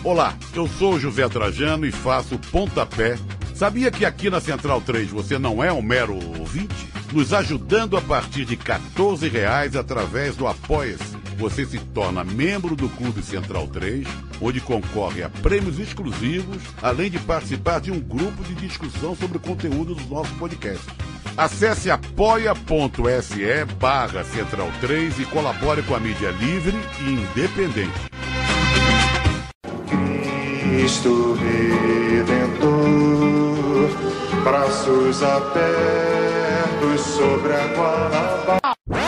Olá, eu sou o José Trajano e faço Pontapé. Sabia que aqui na Central 3 você não é um mero ouvinte? Nos ajudando a partir de R$14 através do Apoia-se. Você se torna membro do Clube Central 3, onde concorre a prêmios exclusivos, além de participar de um grupo de discussão sobre o conteúdo dos nossos podcasts. Acesse apoia.se/Central 3 e colabore com a mídia livre e independente. Cristo Redentor, braços abertos sobre a Guanabara.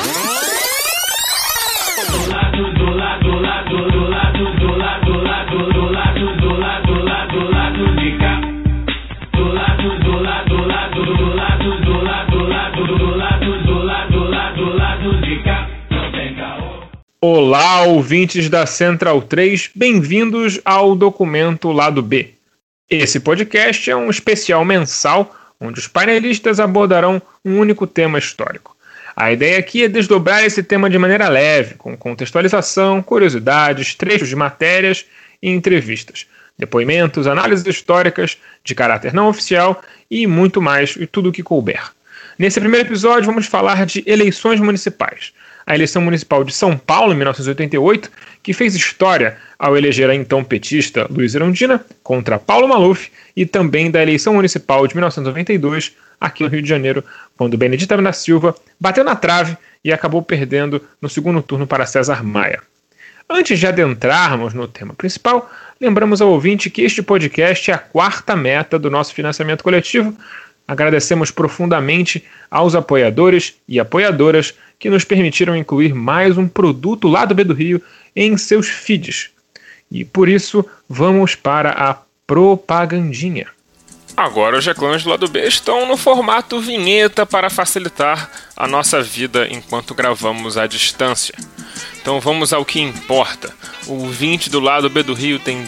Olá, ouvintes da Central 3, bem-vindos ao documento Lado B. Esse podcast é um especial mensal onde os painelistas abordarão um único tema histórico. A ideia aqui é desdobrar esse tema de maneira leve, com contextualização, curiosidades, trechos de matérias e entrevistas, depoimentos, análises históricas de caráter não oficial e muito mais, e tudo o que couber. Nesse primeiro episódio vamos falar de eleições municipais. A eleição municipal de São Paulo, em 1988, que fez história ao eleger a então petista Luiza Erundina contra Paulo Maluf, e também da eleição municipal de 1992, aqui no Rio de Janeiro, quando Benedita da Silva bateu na trave e acabou perdendo no segundo turno para César Maia. Antes de adentrarmos no tema principal, lembramos ao ouvinte que este podcast é a quarta meta do nosso financiamento coletivo. Agradecemos profundamente aos apoiadores e apoiadoras que nos permitiram incluir mais um produto Lado B do Rio em seus feeds. E por isso, vamos para a propagandinha. Agora os reclames do Lado B estão no formato vinheta para facilitar a nossa vida enquanto gravamos à distância. Então vamos ao que importa. O ouvinte do Lado B do Rio tem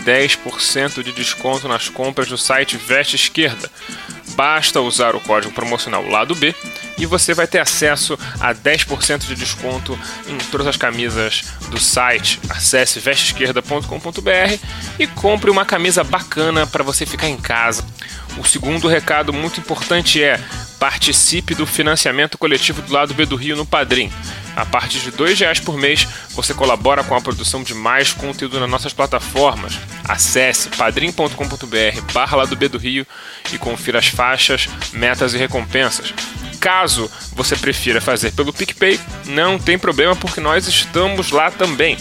10% de desconto nas compras do site Veste Esquerda. Basta usar o código promocional Lado B e você vai ter acesso a 10% de desconto em todas as camisas do site. Acesse vesteesquerda.com.br e compre uma camisa bacana para você ficar em casa. O segundo recado muito importante é: participe do financiamento coletivo do Lado B do Rio no Padrim. A partir de R$2 por mês, você colabora com a produção de mais conteúdo nas nossas plataformas. Acesse padrim.com.br/Lado B do Rio e confira as faixas, metas e recompensas. Caso você prefira fazer pelo PicPay, não tem problema porque nós estamos lá também.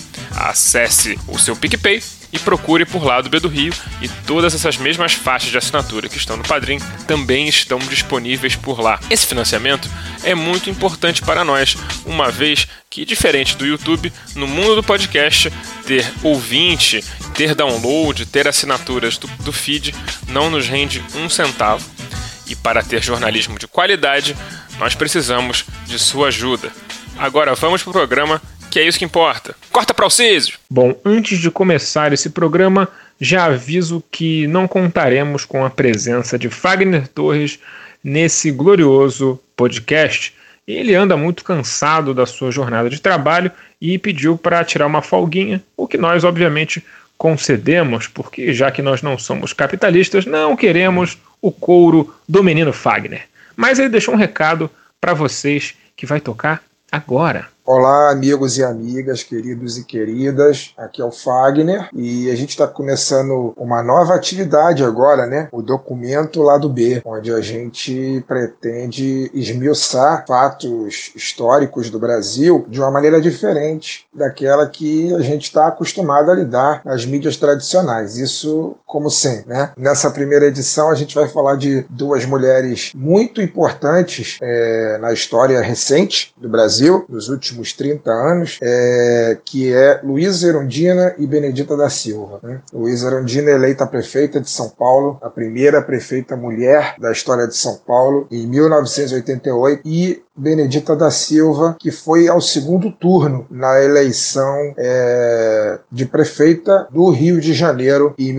Acesse o seu PicPay e procure por Lado B do Rio, e todas essas mesmas faixas de assinatura que estão no Padrim também estão disponíveis por lá. Esse financiamento é muito importante para nós, uma vez que, diferente do YouTube, no mundo do podcast, ter ouvinte, ter download, ter assinaturas do feed não nos rende um centavo. E para ter jornalismo de qualidade, nós precisamos de sua ajuda. Agora vamos para o programa, que é isso que importa. Corta para o Císio! Bom, antes de começar esse programa, já aviso que não contaremos com a presença de Fagner Torres nesse glorioso podcast. Ele anda muito cansado da sua jornada de trabalho e pediu para tirar uma folguinha, o que nós, obviamente, concedemos, porque já que nós não somos capitalistas, não queremos o couro do menino Fagner. Mas ele deixou um recado para vocês que vai tocar agora. Olá, amigos e amigas, queridos e queridas, aqui é o Fagner e a gente está começando uma nova atividade agora, né? O documento Lado B, onde a gente pretende esmiuçar fatos históricos do Brasil de uma maneira diferente daquela que a gente está acostumado a lidar nas mídias tradicionais. Isso, como sempre, né? Nessa primeira edição a gente vai falar de duas mulheres muito importantes na história recente do Brasil, nos últimos 30 anos, que é Luiza Erundina e Benedita da Silva, né? Luiza Erundina eleita prefeita de São Paulo, a primeira prefeita mulher da história de São Paulo, em 1988, e Benedita da Silva, que foi ao segundo turno na eleição de prefeita do Rio de Janeiro em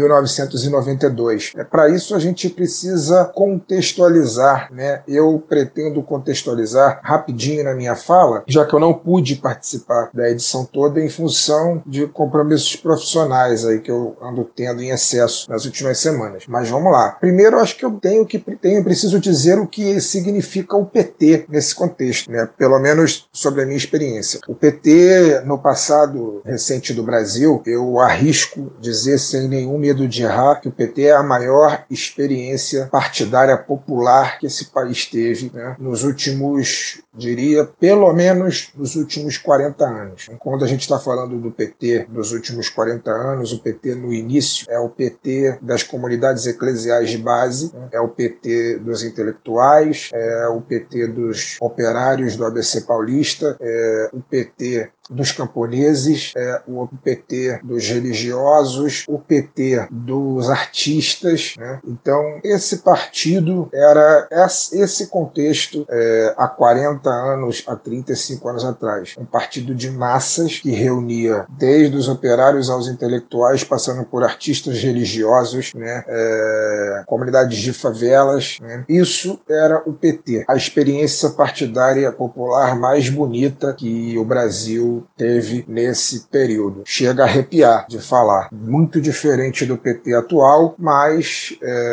1992. Para isso a gente precisa contextualizar, né? Eu pretendo contextualizar rapidinho na minha fala, já que eu não pude participar da edição toda em função de compromissos profissionais aí que eu ando tendo em excesso nas últimas semanas. Mas vamos lá. Primeiro, eu acho que eu preciso dizer o que significa o PT nesse contexto, né? Pelo menos sobre a minha experiência. O PT, no passado recente do Brasil, eu arrisco dizer sem nenhum medo de errar que o PT é a maior experiência partidária popular que esse país teve, né? Nos últimos, diria, pelo menos nos últimos 40 anos. Quando a gente está falando do PT dos últimos 40 anos, o PT no início é o PT das comunidades eclesiais de base, né? É o PT dos intelectuais, é o PT dos operários do ABC Paulista, é o PT dos camponeses, o PT dos religiosos, o PT dos artistas, né? Então, esse partido era esse contexto há 40 anos, há 35 anos atrás. Um partido de massas que reunia desde os operários aos intelectuais, passando por artistas religiosos, né? Comunidades de favelas, né? Isso era o PT, a experiência partidária popular mais bonita que o Brasil teve nesse período. Chega a arrepiar de falar. Muito diferente do PT atual, mas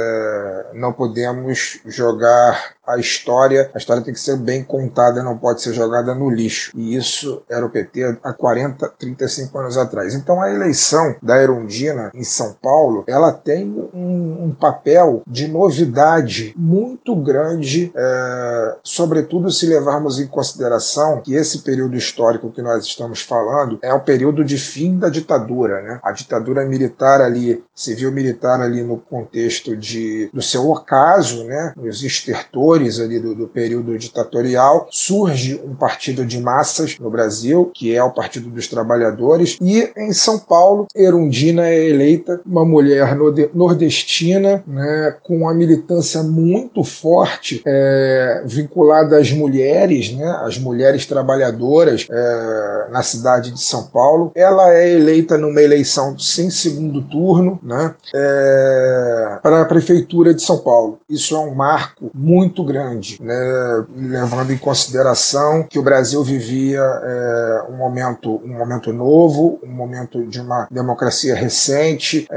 não podemos jogar a história tem que ser bem contada, não pode ser jogada no lixo. E isso era o PT há 40, 35 anos atrás. Então a eleição da Erundina em São Paulo, ela tem um papel de novidade muito grande, sobretudo se levarmos em consideração que esse período histórico que nós estamos falando é o período de fim da ditadura, né? A ditadura militar ali, civil-militar ali no contexto do seu ocaso, né? Os estertores ali do período ditatorial, surge um partido de massas no Brasil, que é o Partido dos Trabalhadores, e em São Paulo, Erundina é eleita uma mulher nordestina, né, com uma militância muito forte, vinculada às mulheres, né, às mulheres trabalhadoras na cidade de São Paulo. Ela é eleita numa eleição sem segundo turno, né, para a Prefeitura de São Paulo. Isso é um marco muito grande, né, levando em consideração que o Brasil vivia um momento novo, um momento de uma democracia recente.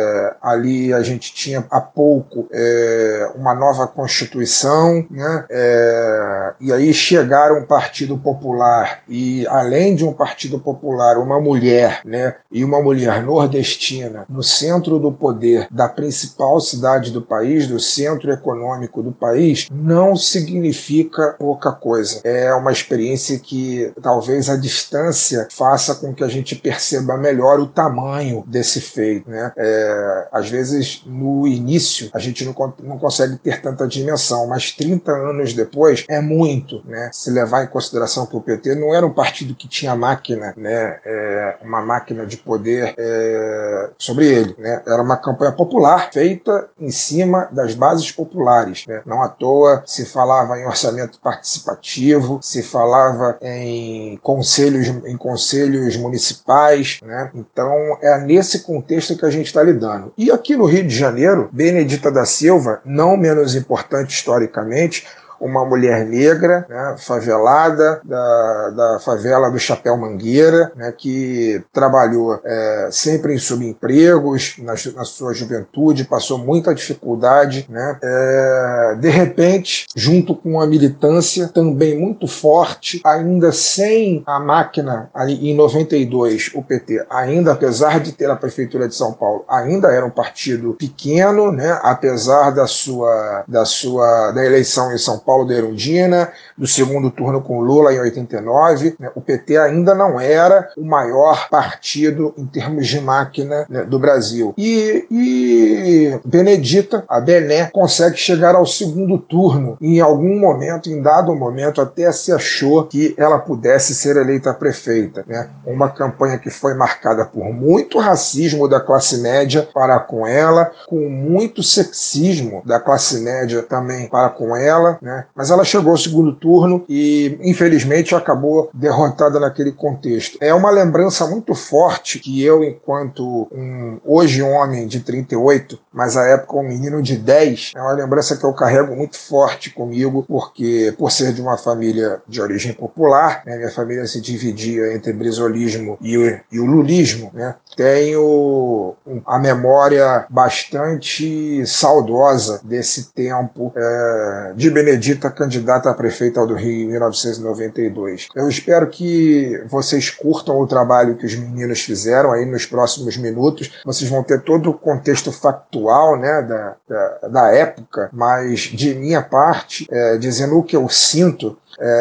Ali a gente tinha há pouco uma nova Constituição, né, e aí chegaram um Partido Popular e, além de um Partido Popular, uma mulher, né, e uma mulher nordestina no centro do poder da principal cidade do país, do centro econômico do país, não significa pouca coisa. É uma experiência que talvez a distância faça com que a gente perceba melhor o tamanho desse feito, né? Às vezes, no início, a gente não consegue ter tanta dimensão, mas 30 anos depois é muito, né? Se levar em consideração que o PT não era um partido que tinha máquina, né? Uma máquina de poder sobre ele, né? Era uma campanha popular feita em cima das bases populares, né? Não à toa se falava em orçamento participativo, se falava em conselhos municipais, né? Então é nesse contexto que a gente está lidando. E aqui no Rio de Janeiro, Benedita da Silva, não menos importante historicamente, uma mulher negra, né, favelada, da favela do Chapéu Mangueira, né, que trabalhou sempre em subempregos, na sua juventude, passou muita dificuldade, né, de repente, junto com uma militância também muito forte, ainda sem a máquina, ali em 92, o PT, ainda apesar de ter a Prefeitura de São Paulo, ainda era um partido pequeno, né, apesar da eleição em São Paulo da Erundina, do segundo turno com Lula em 89, né, o PT ainda não era o maior partido em termos de máquina, né, do Brasil. E Benedita, a Bené, consegue chegar ao segundo turno. Em algum momento, em dado momento, até se achou que ela pudesse ser eleita prefeita, né? Uma campanha que foi marcada por muito racismo da classe média para com ela, com muito sexismo da classe média também para com ela, né? né? Mas ela chegou ao segundo turno e, infelizmente, acabou derrotada naquele contexto. É uma lembrança muito forte que eu, enquanto hoje um homem de 38, mas à época um menino de 10, é uma lembrança que eu carrego muito forte comigo, porque, por ser de uma família de origem popular, né, minha família se dividia entre brizolismo e o lulismo, né? Tenho a memória bastante saudosa desse tempo de Benedita, candidata a prefeita do Rio em 1992. Eu espero que vocês curtam o trabalho que os meninos fizeram aí nos próximos minutos. Vocês vão ter todo o contexto factual, né, da época, mas de minha parte, dizendo o que eu sinto,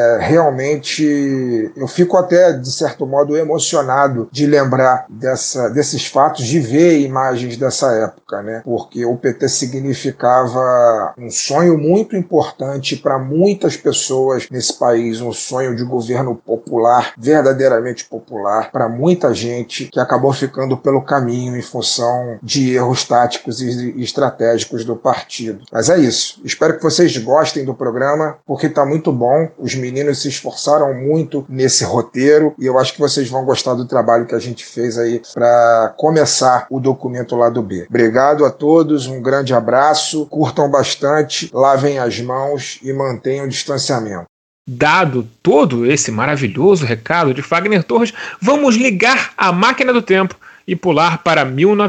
realmente eu fico até, de certo modo, emocionado de lembrar desses fatos, de ver imagens dessa época, né? Porque o PT significava um sonho muito importante para muitas pessoas nesse país, um sonho de governo popular, verdadeiramente popular, para muita gente que acabou ficando pelo caminho em função de erros táticos e estratégicos do partido. Mas é isso. Espero que vocês gostem do programa, porque está muito bom. Os meninos se esforçaram muito nesse roteiro e eu acho que vocês vão gostar do trabalho que a gente fez aí para começar o documento Lado B. Obrigado a todos, um grande abraço, curtam bastante, lavem as mãos e mantenham o distanciamento. Dado todo esse maravilhoso recado de Fagner Torres, vamos ligar a máquina do tempo e pular para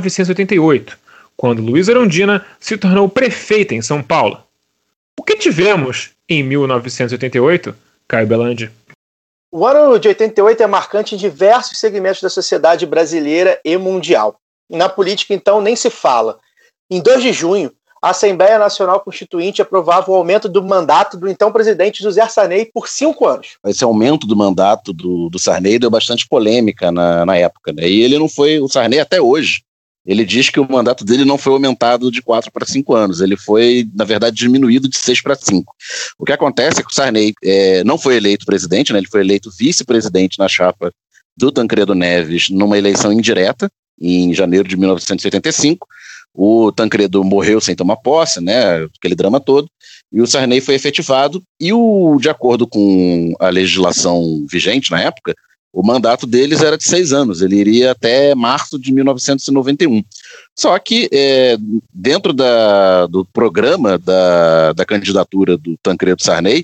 1988, quando Luiza Erundina se tornou prefeita em São Paulo. O que tivemos em 1988, Caio Belandi? O ano de 88 é marcante em diversos segmentos da sociedade brasileira e mundial. E na política, então, nem se fala. Em 2 de junho, a Assembleia Nacional Constituinte aprovava o aumento do mandato do então presidente José Sarney por 5 anos. Esse aumento do mandato do Sarney deu bastante polêmica na época, né? E ele não foi, o Sarney até hoje, ele diz que o mandato dele não foi aumentado de 4 para 5 anos, ele foi, na verdade, diminuído de 6 para 5. O que acontece é que o Sarney não foi eleito presidente, né? Ele foi eleito vice-presidente na chapa do Tancredo Neves numa eleição indireta, em janeiro de 1985. O Tancredo morreu sem tomar posse, né? Aquele drama todo, e o Sarney foi efetivado, e de acordo com a legislação vigente na época, o mandato deles era de 6 anos, ele iria até março de 1991. Só que dentro do programa da candidatura do Tancredo Sarney,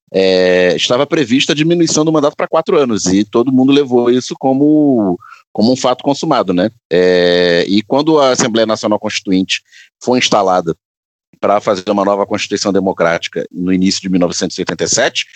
estava prevista a diminuição do mandato para 4 anos, e todo mundo levou isso como um fato consumado, né? E quando a Assembleia Nacional Constituinte foi instalada para fazer uma nova Constituição Democrática no início de 1987,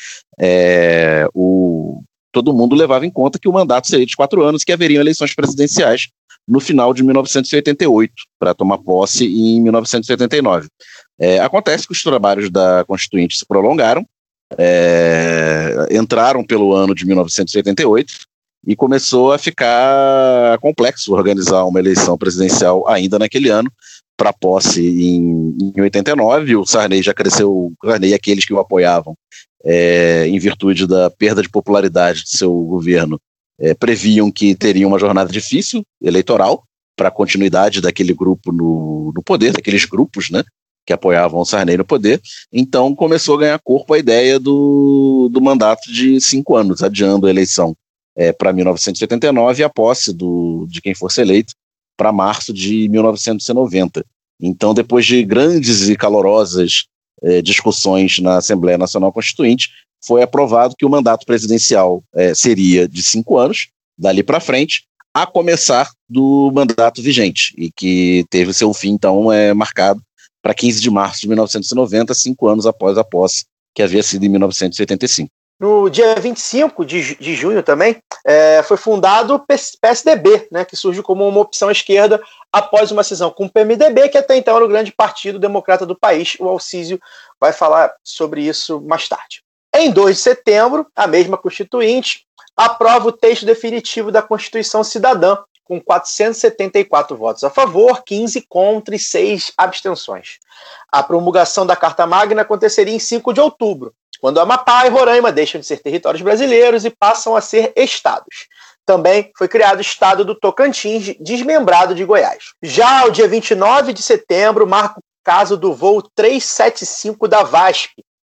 todo mundo levava em conta que o mandato seria de 4 anos, que haveriam eleições presidenciais no final de 1988, para tomar posse em 1989. Acontece que os trabalhos da Constituinte se prolongaram, entraram pelo ano de 1988, e começou a ficar complexo organizar uma eleição presidencial ainda naquele ano, para posse em 89, o Sarney já cresceu, o Sarney e aqueles que o apoiavam, em virtude da perda de popularidade de seu governo, previam que teria uma jornada difícil eleitoral para a continuidade daquele grupo no poder, daqueles grupos, né, que apoiavam o Sarney no poder. Então começou a ganhar corpo a ideia do mandato de 5 anos, adiando a eleição para 1989 e a posse de quem fosse eleito para março de 1990. Então, depois de grandes e calorosas discussões na Assembleia Nacional Constituinte, foi aprovado que o mandato presidencial seria de 5 anos, dali para frente, a começar do mandato vigente, e que teve seu fim, então, marcado para 15 de março de 1990, 5 anos após a posse, que havia sido em 1985. No dia 25 de junho também, foi fundado o PSDB, né, que surge como uma opção à esquerda após uma cisão com o PMDB, que até então era o grande partido democrata do país. O Alcísio vai falar sobre isso mais tarde. Em 2 de setembro, a mesma Constituinte aprova o texto definitivo da Constituição Cidadã, com 474 votos a favor, 15 contra e 6 abstenções. A promulgação da Carta Magna aconteceria em 5 de outubro, quando Amapá e Roraima deixam de ser territórios brasileiros e passam a ser estados. Também foi criado o estado do Tocantins, desmembrado de Goiás. Já o dia 29 de setembro marca o caso do voo 375 da VASP,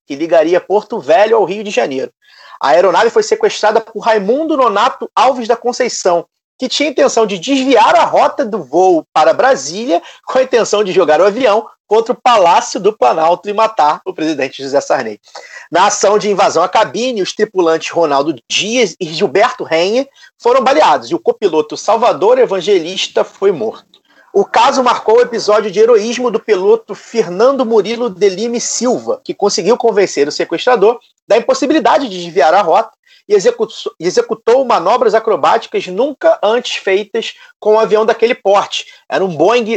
que ligaria Porto Velho ao Rio de Janeiro. A aeronave foi sequestrada por Raimundo Nonato Alves da Conceição, que tinha a intenção de desviar a rota do voo para Brasília com a intenção de jogar o avião contra o Palácio do Planalto e matar o presidente José Sarney. Na ação de invasão à cabine, os tripulantes Ronaldo Dias e Gilberto Renhe foram baleados e o copiloto Salvador Evangelista foi morto. O caso marcou o episódio de heroísmo do piloto Fernando Murilo de Lima Silva, que conseguiu convencer o sequestrador da impossibilidade de desviar a rota e executou manobras acrobáticas nunca antes feitas com um avião daquele porte. Era um Boeing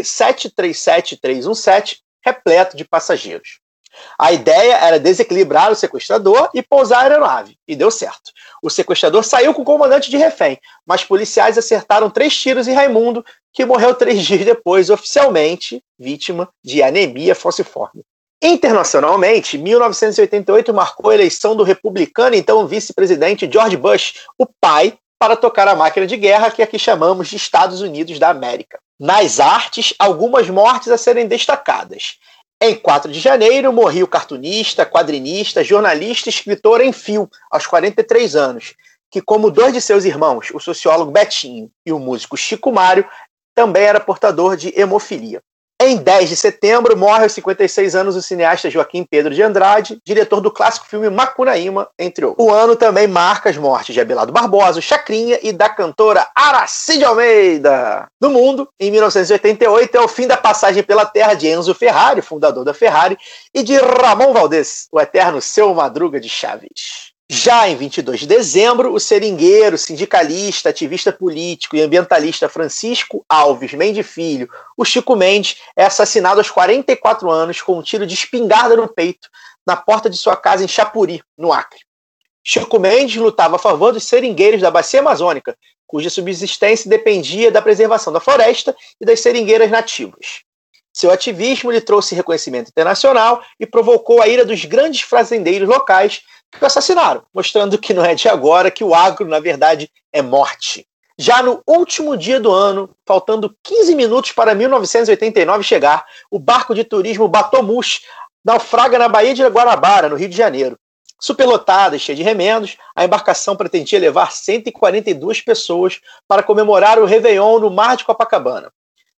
737-317 repleto de passageiros. A ideia era desequilibrar o sequestrador e pousar a aeronave, e deu certo. O sequestrador saiu com o comandante de refém, mas policiais acertaram 3 tiros em Raimundo, que morreu 3 dias depois, oficialmente vítima de anemia falciforme. Internacionalmente, 1988 marcou a eleição do republicano e então vice-presidente George Bush, o pai, para tocar a máquina de guerra que aqui chamamos de Estados Unidos da América. Nas artes, algumas mortes a serem destacadas. Em 4 de janeiro, morreu o cartunista, quadrinista, jornalista e escritor Enfio, aos 43 anos, que, como 2 de seus irmãos, o sociólogo Betinho e o músico Chico Mário, também era portador de hemofilia. Em 10 de setembro, morre aos 56 anos o cineasta Joaquim Pedro de Andrade, diretor do clássico filme Macunaíma, entre outros. O ano também marca as mortes de Abelardo Barbosa, o Chacrinha e da cantora Aracide Almeida. No mundo, em 1988, é o fim da passagem pela terra de Enzo Ferrari, fundador da Ferrari, e de Ramon Valdez, o eterno Seu Madruga de Chaves. Já em 22 de dezembro, o seringueiro, sindicalista, ativista político e ambientalista Francisco Alves Mendes Filho, o Chico Mendes, é assassinado aos 44 anos com um tiro de espingarda no peito na porta de sua casa em Chapuri, no Acre. Chico Mendes lutava a favor dos seringueiros da Bacia Amazônica, cuja subsistência dependia da preservação da floresta e das seringueiras nativas. Seu ativismo lhe trouxe reconhecimento internacional e provocou a ira dos grandes fazendeiros locais que o assassinaram, mostrando que não é de agora que o agro, na verdade, é morte. Já no último dia do ano, faltando 15 minutos para 1989 chegar, o barco de turismo Batomush naufraga na Baía de Guanabara, no Rio de Janeiro. Superlotada e cheia de remendos, a embarcação pretendia levar 142 pessoas para comemorar o Réveillon no Mar de Copacabana.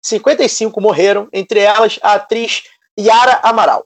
55 morreram, entre elas a atriz Yara Amaral.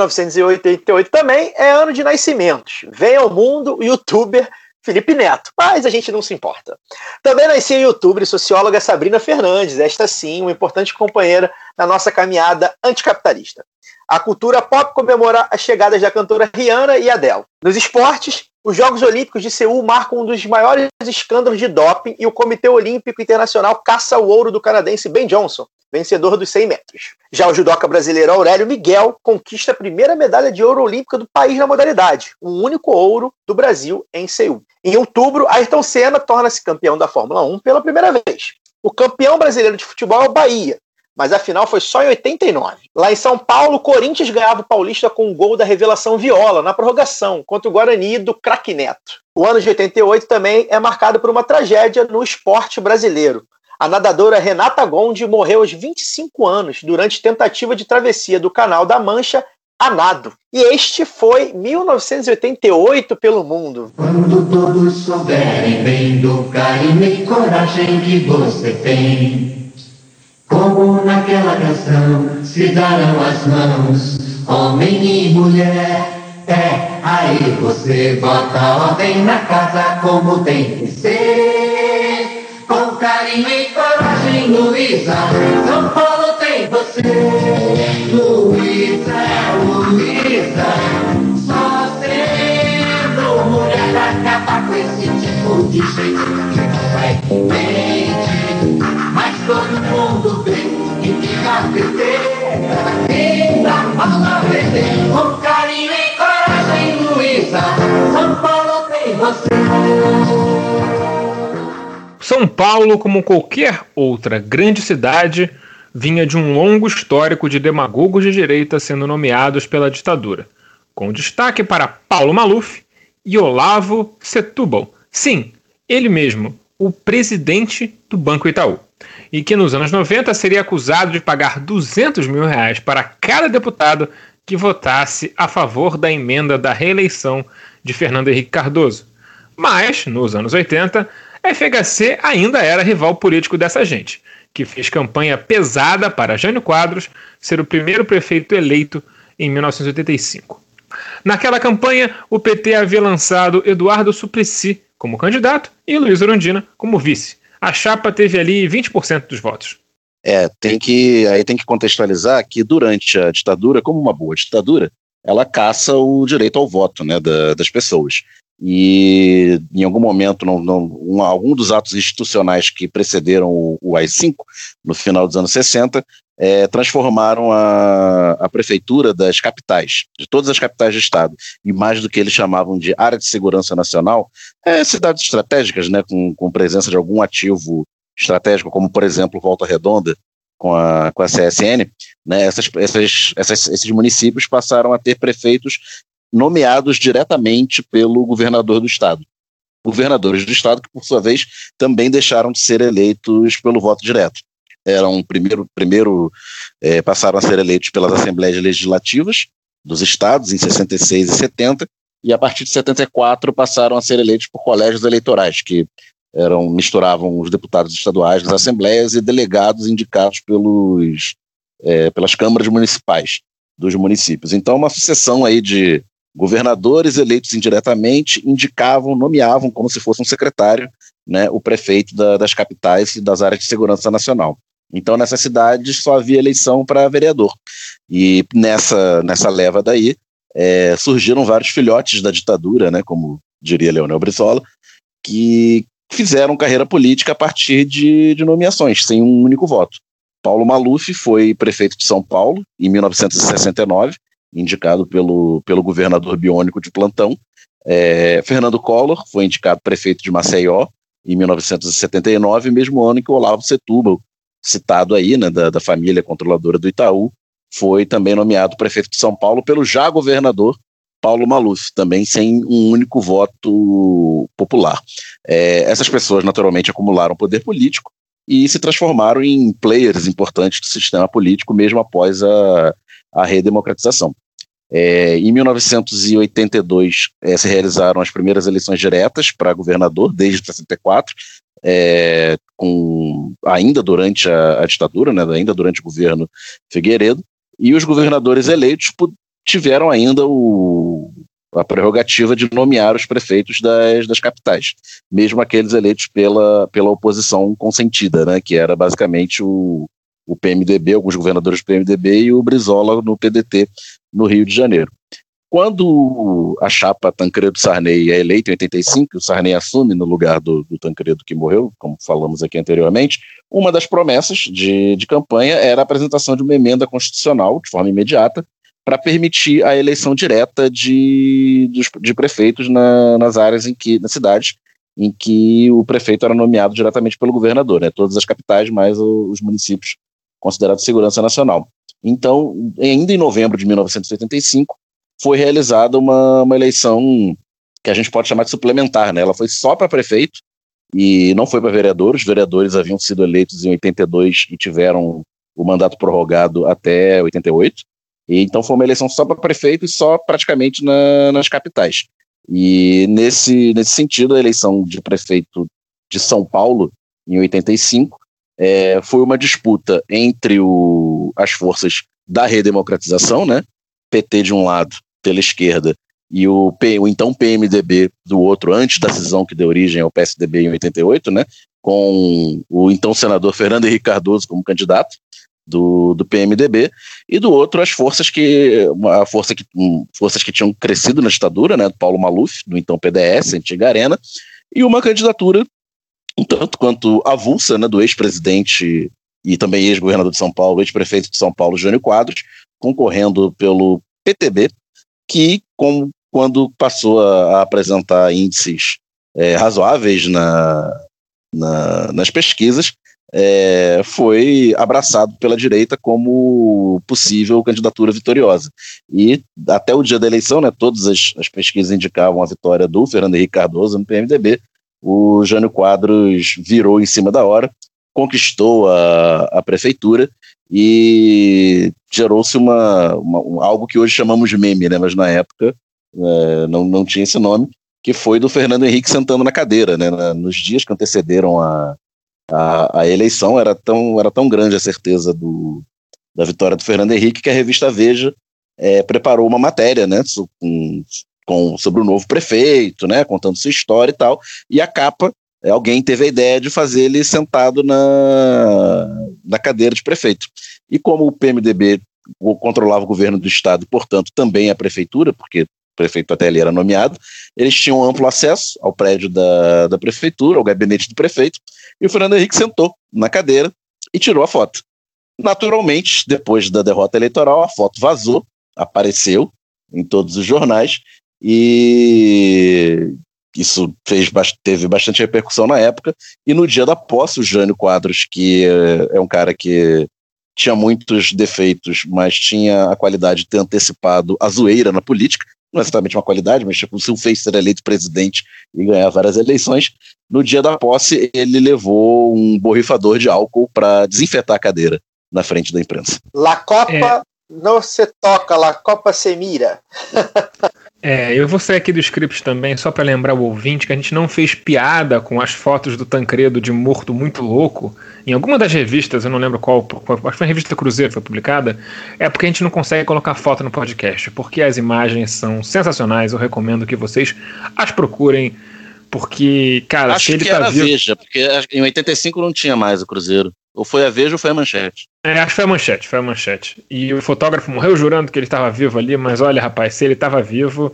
1988 também é ano de nascimentos. Vem ao mundo o youtuber Felipe Neto, mas a gente não se importa. Também nascia a youtuber e socióloga Sabrina Fernandes, esta sim, uma importante companheira na nossa caminhada anticapitalista. A cultura pop comemora as chegadas da cantora Rihanna e Adele. Nos esportes, os Jogos Olímpicos de Seul marcam um dos maiores escândalos de doping e o Comitê Olímpico Internacional caça o ouro do canadense Ben Johnson, vencedor dos 100 metros. Já o judoca brasileiro Aurélio Miguel conquista a primeira medalha de ouro olímpica do país na modalidade, um único ouro do Brasil em Seul. Em outubro, Ayrton Senna torna-se campeão da Fórmula 1 pela primeira vez. O campeão brasileiro de futebol é o Bahia, mas a final foi só em 89. Lá em São Paulo, o Corinthians ganhava o Paulista com um gol da revelação Viola, na prorrogação, contra o Guarani do craque Neto. O ano de 88 também é marcado por uma tragédia no esporte brasileiro. A nadadora Renata Gondi morreu aos 25 anos durante tentativa de travessia do Canal da Mancha a nado. E este foi 1988 pelo mundo. Quando todos souberem bem do carinho e coragem que você tem, como naquela canção se darão as mãos, homem e mulher. Aí você bota ordem na casa como tem que ser. Com carinho e coragem, Luísa, São Paulo tem você. Luísa, Luísa, só sendo mulher pra acabar com esse tipo de jeito que não é mente. Mas todo mundo vê e fica perfeita. Quem dá fala vender. Com carinho e coragem, Luísa, São Paulo tem você. São Paulo, como qualquer outra grande cidade, vinha de um longo histórico de demagogos de direita sendo nomeados pela ditadura, com destaque para Paulo Maluf e Olavo Setúbal. Sim, ele mesmo, o presidente do Banco Itaú, e que nos anos 90 seria acusado de pagar R$200 mil para cada deputado que votasse a favor da emenda da reeleição de Fernando Henrique Cardoso. Mas, nos anos 80, a FHC ainda era rival político dessa gente, que fez campanha pesada para Jânio Quadros ser o primeiro prefeito eleito em 1985. Naquela campanha, o PT havia lançado Eduardo Suplicy como candidato e Luiz Erundina como vice. A chapa teve ali 20% dos votos. Tem que contextualizar que durante a ditadura, como uma boa ditadura, ela caça o direito ao voto, né, das pessoas. E em algum momento, algum dos atos institucionais que precederam o AI-5, no final dos anos 60, transformaram a prefeitura das capitais, de todas as capitais do estado, e mais do que eles chamavam de área de segurança nacional, cidades estratégicas, né, com presença de algum ativo estratégico, como por exemplo Volta Redonda com a CSN, né, esses municípios passaram a ter prefeitos nomeados diretamente pelo governador do estado. Governadores do estado que, por sua vez, também deixaram de ser eleitos pelo voto direto. Passaram a ser eleitos pelas assembleias legislativas dos estados em 66 e 70, e a partir de 74 passaram a ser eleitos por colégios eleitorais, que misturavam os deputados estaduais das assembleias e delegados indicados pelas câmaras municipais dos municípios. Então, uma sucessão aí de governadores eleitos indiretamente nomeavam como se fosse um secretário, né, o prefeito das capitais e das áreas de segurança nacional. Então, nessas cidades só havia eleição para vereador. E nessa leva daí, surgiram vários filhotes da ditadura, né, como diria Leonel Brizola, que fizeram carreira política a partir de nomeações, sem um único voto. Paulo Maluf foi prefeito de São Paulo em 1969, indicado pelo governador biônico de plantão. Fernando Collor foi indicado prefeito de Maceió em 1979, mesmo ano em que Olavo Setúbal, citado aí, né, da família controladora do Itaú, foi também nomeado prefeito de São Paulo pelo já governador Paulo Maluf, também sem um único voto popular. Essas pessoas naturalmente acumularam poder político e se transformaram em players importantes do sistema político mesmo após a redemocratização. Em 1982 se realizaram as primeiras eleições diretas para governador desde 64, ainda durante a ditadura, né, ainda durante o governo Figueiredo, e os governadores eleitos tiveram ainda a prerrogativa de nomear os prefeitos das capitais, mesmo aqueles eleitos pela oposição consentida, né, que era basicamente o PMDB, alguns governadores do PMDB e o Brizola no PDT no Rio de Janeiro. Quando a chapa Tancredo Sarney é eleita em 85, o Sarney assume no lugar do Tancredo que morreu, como falamos aqui anteriormente, uma das promessas de campanha era a apresentação de uma emenda constitucional de forma imediata para permitir a eleição direta de prefeitos nas áreas nas cidades em que o prefeito era nomeado diretamente pelo governador, né? Todas as capitais mais os municípios considerados de segurança nacional. Então, ainda em novembro de 1985, foi realizada uma eleição que a gente pode chamar de suplementar, né? Ela foi só para prefeito e não foi para vereadores. Os vereadores haviam sido eleitos em 82 e tiveram o mandato prorrogado até 88. E então foi uma eleição só para prefeito e só praticamente nas capitais. E nesse sentido, a eleição de prefeito de São Paulo, em 85, foi uma disputa entre as forças da redemocratização, né? PT de um lado, pela esquerda, e o então PMDB do outro, antes da cisão que deu origem ao PSDB em 88, né? Com o então senador Fernando Henrique Cardoso como candidato do PMDB, e do outro as forças que tinham crescido na ditadura, né, do Paulo Maluf, do então PDS, antiga Arena, e uma candidatura um tanto quanto avulsa, né, do ex-presidente e também ex-governador de São Paulo, ex-prefeito de São Paulo, Jânio Quadros, concorrendo pelo PTB, que quando passou a apresentar índices razoáveis nas pesquisas, foi abraçado pela direita como possível candidatura vitoriosa. E até o dia da eleição, né, todas as pesquisas indicavam a vitória do Fernando Henrique Cardoso no PMDB. O Jânio Quadros virou em cima da hora, conquistou a prefeitura e gerou-se algo que hoje chamamos de meme, né? Mas na época não tinha esse nome, que foi do Fernando Henrique sentando na cadeira, né? Nos dias que antecederam a eleição, era tão grande a certeza da vitória do Fernando Henrique que a revista Veja preparou uma matéria, né? Sobre o novo prefeito, né? Contando sua história e tal, e a capa, alguém teve a ideia de fazer ele sentado na cadeira de prefeito. E como o PMDB controlava o governo do estado, portanto, também a prefeitura, porque o prefeito até ali era nomeado, eles tinham amplo acesso ao prédio da prefeitura, ao gabinete do prefeito, e o Fernando Henrique sentou na cadeira e tirou a foto. Naturalmente, depois da derrota eleitoral, a foto vazou, apareceu em todos os jornais, e isso teve bastante repercussão na época, e no dia da posse, o Jânio Quadros, que é um cara que tinha muitos defeitos, mas tinha a qualidade de ter antecipado a zoeira na política, não é exatamente uma qualidade, mas tipo, se o fez ser eleito presidente e ganhar várias eleições, no dia da posse ele levou um borrifador de álcool para desinfetar a cadeira na frente da imprensa. La Copa não se toca, La Copa se mira. Eu vou sair aqui do script também, só para lembrar o ouvinte que a gente não fez piada com as fotos do Tancredo de morto muito louco. Em alguma das revistas, eu não lembro qual, acho que foi a revista Cruzeiro que foi publicada, é porque a gente não consegue colocar foto no podcast, porque as imagens são sensacionais, eu recomendo que vocês as procurem, porque, cara, acho se ele que tá era vivo... Veja, porque em 85 não tinha mais o Cruzeiro. Ou foi a Veja ou foi a Manchete. Acho que foi a manchete. E o fotógrafo morreu jurando que ele estava vivo ali, mas olha, rapaz, se ele estava vivo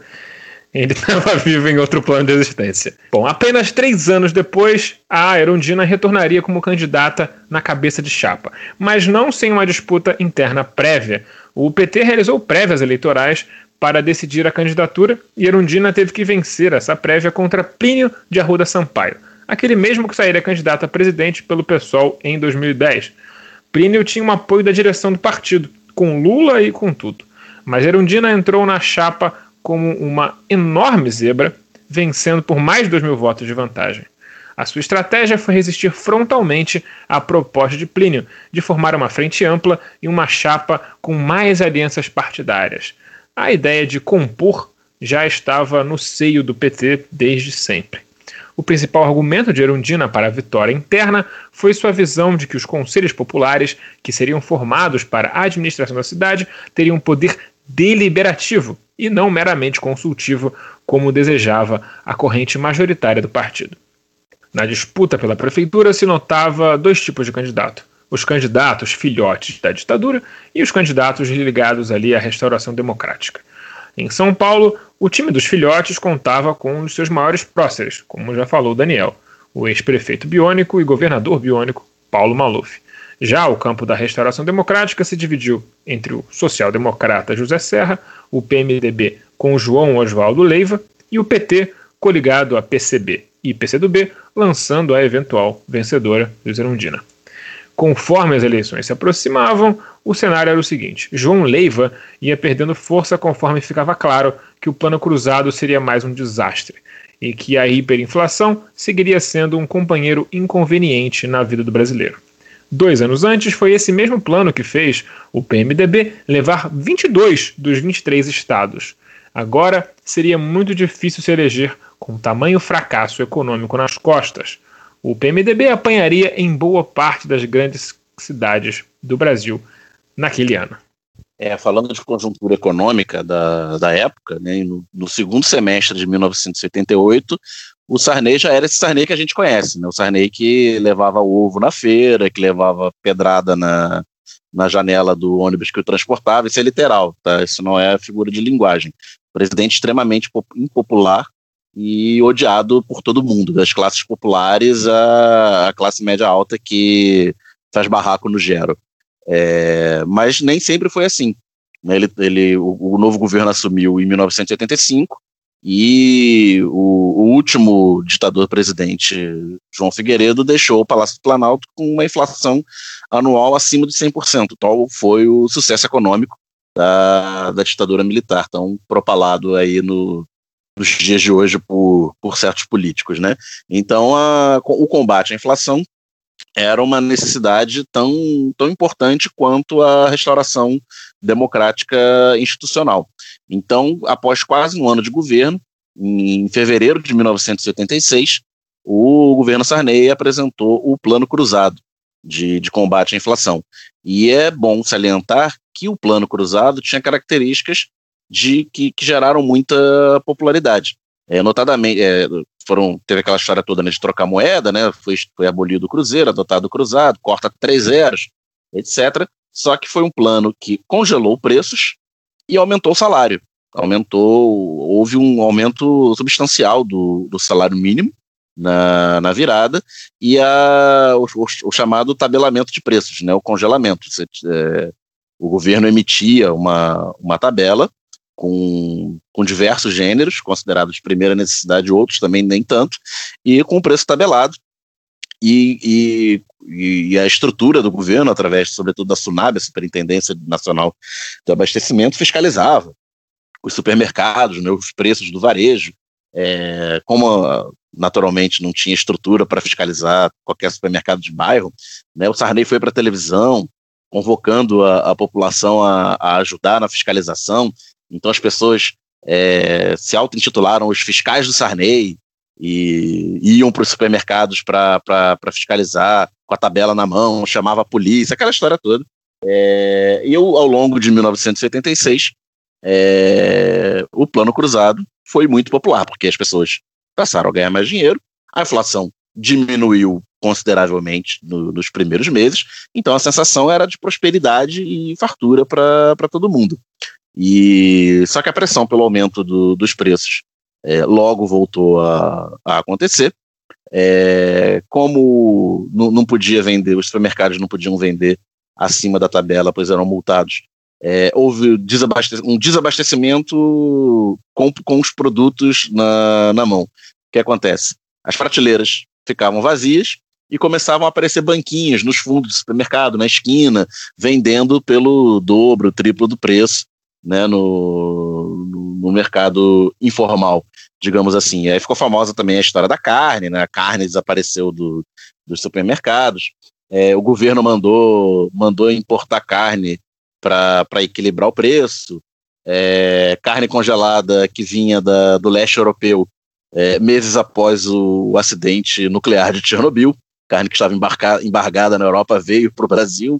em outro plano de existência. Bom, apenas 3 anos depois, a Erundina retornaria como candidata na cabeça de chapa, mas não sem uma disputa interna prévia. O PT realizou prévias eleitorais para decidir a candidatura e Erundina teve que vencer essa prévia contra Plínio de Arruda Sampaio, aquele mesmo que sairia candidato a presidente pelo PSOL em 2010. Plínio tinha um apoio da direção do partido, com Lula e com tudo. Mas Erundina entrou na chapa como uma enorme zebra, vencendo por mais de 2.000 votos de vantagem. A sua estratégia foi resistir frontalmente à proposta de Plínio de formar uma frente ampla e uma chapa com mais alianças partidárias. A ideia de compor já estava no seio do PT desde sempre. O principal argumento de Erundina para a vitória interna foi sua visão de que os conselhos populares, que seriam formados para a administração da cidade, teriam poder deliberativo e não meramente consultivo, como desejava a corrente majoritária do partido. Na disputa pela prefeitura se notava 2 tipos de candidato: os candidatos filhotes da ditadura e os candidatos ligados ali à restauração democrática. Em São Paulo, o time dos filhotes contava com um dos seus maiores próceres, como já falou Daniel, o ex-prefeito biônico e governador biônico Paulo Maluf. Já o campo da restauração democrática se dividiu entre o social-democrata José Serra, o PMDB com João Oswaldo Leiva e o PT coligado a PCB e PCdoB, lançando a eventual vencedora Luiza Erundina. Conforme as eleições se aproximavam, o cenário era o seguinte: João Leiva ia perdendo força conforme ficava claro que o plano cruzado seria mais um desastre e que a hiperinflação seguiria sendo um companheiro inconveniente na vida do brasileiro. 2 anos antes, foi esse mesmo plano que fez o PMDB levar 22 dos 23 estados. Agora, seria muito difícil se eleger com tamanho fracasso econômico nas costas. O PMDB apanharia em boa parte das grandes cidades do Brasil naquele ano. Falando de conjuntura econômica da época, né, no segundo semestre de 1988, o Sarney já era esse Sarney que a gente conhece, né, o Sarney que levava ovo na feira, que levava pedrada na janela do ônibus que o transportava. Isso é literal, tá? Isso não é figura de linguagem. Presidente extremamente impopular e odiado por todo mundo, das classes populares à classe média alta que faz barraco no Gero. Mas nem sempre foi assim. O novo governo assumiu em 1985 e o último ditador-presidente, João Figueiredo, deixou o Palácio do Planalto com uma inflação anual acima de 100%. Tal foi o sucesso econômico da ditadura militar, tão propalado aí nos dias de hoje por certos políticos, né? Então, o combate à inflação era uma necessidade tão importante quanto a restauração democrática institucional. Então, após quase um ano de governo, em fevereiro de 1986, o governo Sarney apresentou o Plano Cruzado de combate à inflação. E é bom salientar que o Plano Cruzado tinha características que geraram muita popularidade. Notadamente, teve aquela história toda, né, de trocar moeda, né, foi abolido o Cruzeiro, adotado o Cruzado, corta 3 zeros, etc. Só que foi um plano que congelou preços e aumentou o salário. Houve um aumento substancial do salário mínimo na virada, e o chamado tabelamento de preços, né, o congelamento. O governo emitia uma tabela com diversos gêneros, considerados de primeira necessidade, outros também nem tanto, e com o preço tabelado, e a estrutura do governo, através, sobretudo, da SUNAB, a Superintendência Nacional do Abastecimento, fiscalizava os supermercados, né, os preços do varejo. Como naturalmente não tinha estrutura para fiscalizar qualquer supermercado de bairro, né, o Sarney foi para a televisão, convocando a população a ajudar na fiscalização. Então as pessoas se auto-intitularam os fiscais do Sarney e iam para os supermercados para fiscalizar com a tabela na mão, chamava a polícia, aquela história toda. E ao longo de 1986, o Plano Cruzado foi muito popular, porque as pessoas passaram a ganhar mais dinheiro, a inflação diminuiu consideravelmente nos primeiros meses, então a sensação era de prosperidade e fartura para todo mundo. Só que a pressão pelo aumento dos preços logo voltou a acontecer. Como não podia vender, os supermercados não podiam vender acima da tabela, pois eram multados, houve um desabastecimento com os produtos na mão. O que acontece? As prateleiras ficavam vazias e começavam a aparecer banquinhos nos fundos do supermercado, na esquina, vendendo pelo dobro, triplo do preço, né, no mercado informal, digamos assim. E aí ficou famosa também a história da carne, né? A carne desapareceu dos supermercados. O governo mandou importar carne para equilibrar o preço. Carne congelada que vinha do leste europeu, meses após o acidente nuclear de Chernobyl. Carne que estava embargada na Europa veio para o Brasil.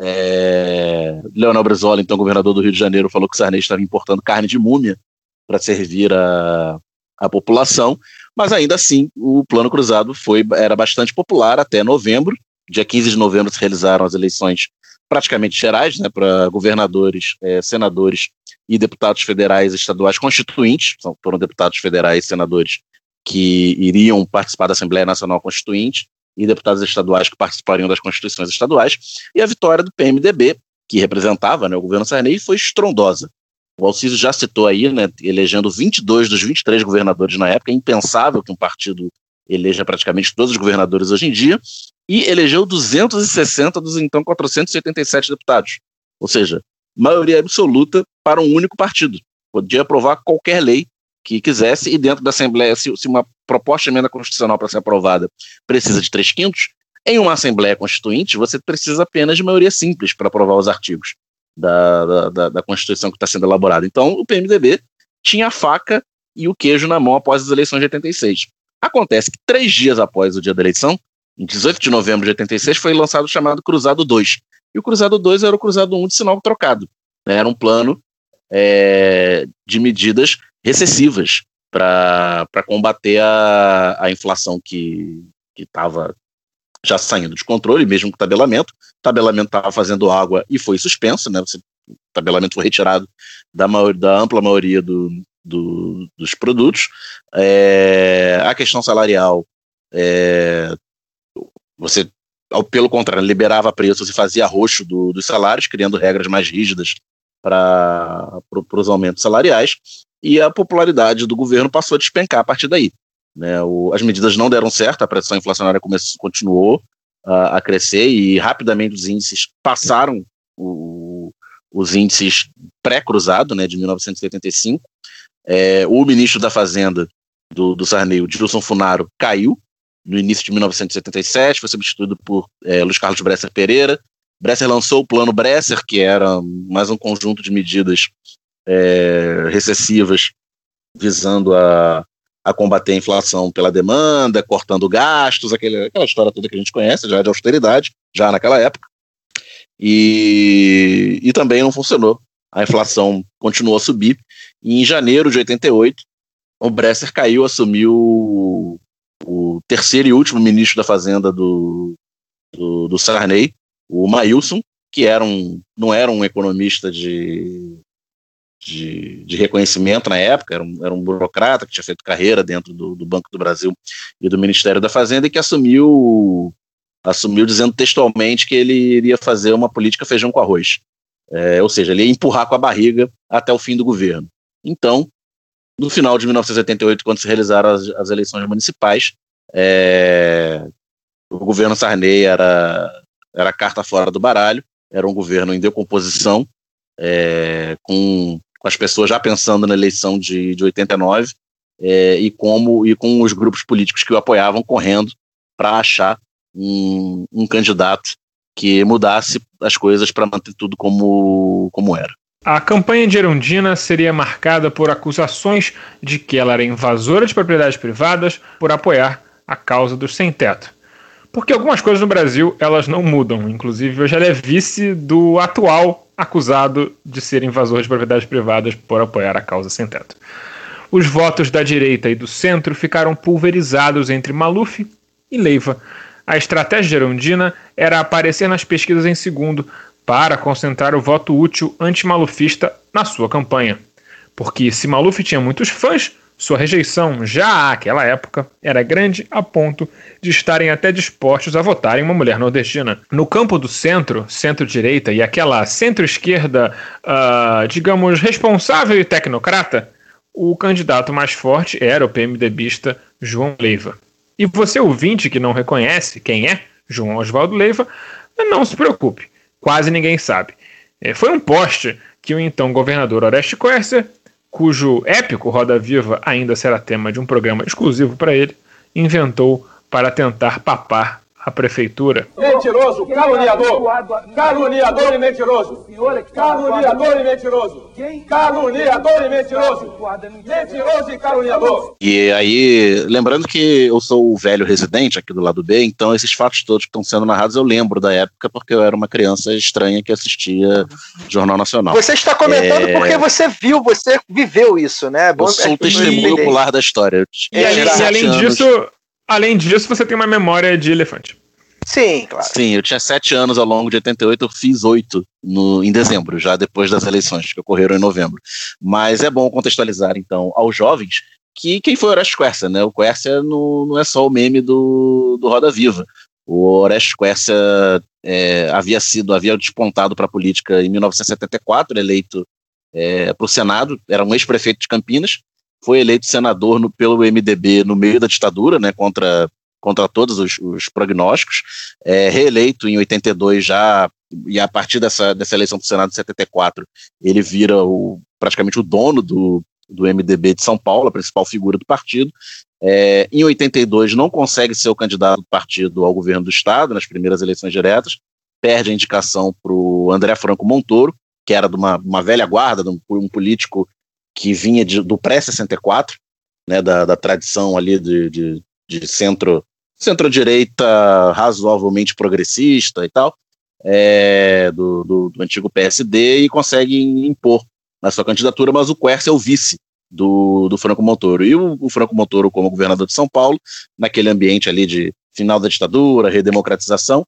Leonel Brizola, então governador do Rio de Janeiro, falou que o Sarney estava importando carne de múmia para servir a população, mas ainda assim o Plano Cruzado era bastante popular até novembro. Dia 15 de novembro se realizaram as eleições praticamente gerais, né, para governadores, senadores e deputados federais e estaduais constituintes. Foram deputados federais e senadores que iriam participar da Assembleia Nacional Constituinte e deputados estaduais que participariam das constituições estaduais, e a vitória do PMDB, que representava, né, o governo Sarney, foi estrondosa. O Alciso já citou aí, né, elegendo 22 dos 23 governadores na época. É impensável que um partido eleja praticamente todos os governadores hoje em dia, e elegeu 260 dos então 487 deputados, ou seja, maioria absoluta para um único partido. Podia aprovar qualquer lei que quisesse, e dentro da Assembleia, se uma proposta de emenda constitucional para ser aprovada precisa de 3/5, em uma Assembleia Constituinte você precisa apenas de maioria simples para aprovar os artigos da Constituição que está sendo elaborada. Então o PMDB tinha a faca e o queijo na mão após as eleições de 86. Acontece que 3 dias após o dia da eleição, em 18 de novembro de 86, foi lançado o chamado Cruzado 2. E o Cruzado 2 era o Cruzado 1 de sinal trocado. Era um plano de medidas recessivas para combater a inflação que estava já saindo de controle, mesmo com o tabelamento. O tabelamento estava fazendo água e foi suspenso, né? O tabelamento foi retirado da ampla maioria dos produtos. A questão salarial, você, pelo contrário, liberava preços e fazia arroxo dos salários, criando regras mais rígidas para os aumentos salariais, e a popularidade do governo passou a despencar a partir daí, né? As medidas não deram certo, a pressão inflacionária continuou a crescer, e rapidamente os índices passaram os índices pré-cruzado, né, de 1985. O ministro da Fazenda do Sarney, o Gilson Funaro, caiu no início de 1977, foi substituído por Luiz Carlos Bresser Pereira. Bresser lançou o Plano Bresser, que era mais um conjunto de medidas recessivas visando a combater a inflação pela demanda, cortando gastos, aquela história toda que a gente conhece, já de austeridade, já naquela época. E também não funcionou. A inflação continuou a subir. E em janeiro de 88, o Bresser caiu, assumiu o terceiro e último ministro da Fazenda do Sarney, o Maílson, que não era um economista de reconhecimento na época, era um burocrata que tinha feito carreira dentro do Banco do Brasil e do Ministério da Fazenda, e que assumiu dizendo textualmente que ele iria fazer uma política feijão com arroz. Ou seja, ele ia empurrar com a barriga até o fim do governo. Então, no final de 1988, quando se realizaram as eleições municipais, o governo Sarney era carta fora do baralho, era um governo em decomposição, com as pessoas já pensando na eleição de 89, e com os grupos políticos que o apoiavam correndo para achar um candidato que mudasse as coisas para manter tudo como era. A campanha de Erundina seria marcada por acusações de que ela era invasora de propriedades privadas por apoiar a causa dos sem-teto. Porque algumas coisas no Brasil elas não mudam. Inclusive, hoje ela é vice do atual acusado de ser invasor de propriedades privadas por apoiar a causa sem-teto. Os votos da direita e do centro ficaram pulverizados entre Maluf e Leiva. A estratégia de Erundina era aparecer nas pesquisas em segundo, para concentrar o voto útil antimalufista na sua campanha. Porque se Maluf tinha muitos fãs, sua rejeição, já àquela época, era grande a ponto de estarem até dispostos a votar em uma mulher nordestina. No campo do centro, centro-direita e aquela centro-esquerda, digamos, responsável e tecnocrata, o candidato mais forte era o PMDBista João Leiva. E você ouvinte que não reconhece quem é João Oswaldo Leiva, não se preocupe. Quase ninguém sabe. Foi um poste que o então governador Orestes Quércia, cujo épico Roda Viva ainda será tema de um programa exclusivo para ele, inventou para tentar papar a prefeitura. Mentiroso, caluniador, caluniador e mentiroso, caluniador e mentiroso, caluniador e mentiroso, mentiroso e caluniador. E aí, lembrando que eu sou o velho residente aqui do lado B, então esses fatos todos que estão sendo narrados eu lembro da época, porque eu era uma criança estranha que assistia Jornal Nacional. Você está comentando porque você viveu isso, né? Eu sou o testemunho ocular da história. E além disso, você tem uma memória de elefante. Sim, claro. Sim, eu tinha 7 anos ao longo de 88, eu fiz 8 em dezembro, já depois das eleições, que ocorreram em novembro. Mas é bom contextualizar, então, aos jovens, que quem foi o Orestes Quércia, né? O Quércia não é só o meme do Roda Viva. O Orestes Quércia havia despontado para a política em 1974, eleito para o Senado, era um ex-prefeito de Campinas, foi eleito senador pelo MDB no meio da ditadura, né, contra todos os prognósticos, reeleito em 82 já, e a partir dessa eleição para o Senado de 74, ele vira praticamente o dono do MDB de São Paulo, a principal figura do partido. Em 82 não consegue ser o candidato do partido ao governo do estado, nas primeiras eleições diretas, perde a indicação para o André Franco Montoro, que era de uma velha guarda, um político que vinha do pré-64, né, da tradição ali de centro-direita razoavelmente progressista e tal, do antigo PSD, e consegue impor na sua candidatura, mas o Quércia é o vice do Franco Montoro. E o Franco Montoro, como governador de São Paulo, naquele ambiente ali de final da ditadura, redemocratização,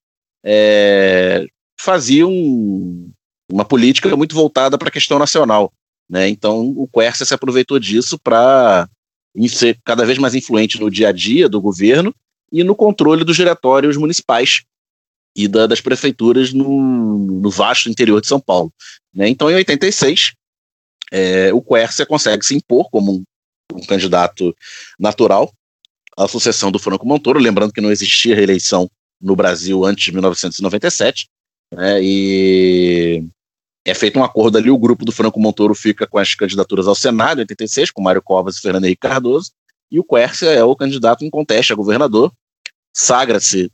fazia uma política muito voltada para a questão nacional, né? Então o Quércia se aproveitou disso para ser cada vez mais influente no dia a dia do governo e no controle dos diretórios municipais e das prefeituras no vasto interior de São Paulo, né? Então em 86 o Quércia consegue se impor como um candidato natural à sucessão do Franco Montoro, lembrando que não existia reeleição no Brasil antes de 1997, né? E é feito um acordo ali, o grupo do Franco Montoro fica com as candidaturas ao Senado em 86, com Mário Covas e Fernando Henrique Cardoso, e o Quércia é o candidato em conteste a governador, sagra-se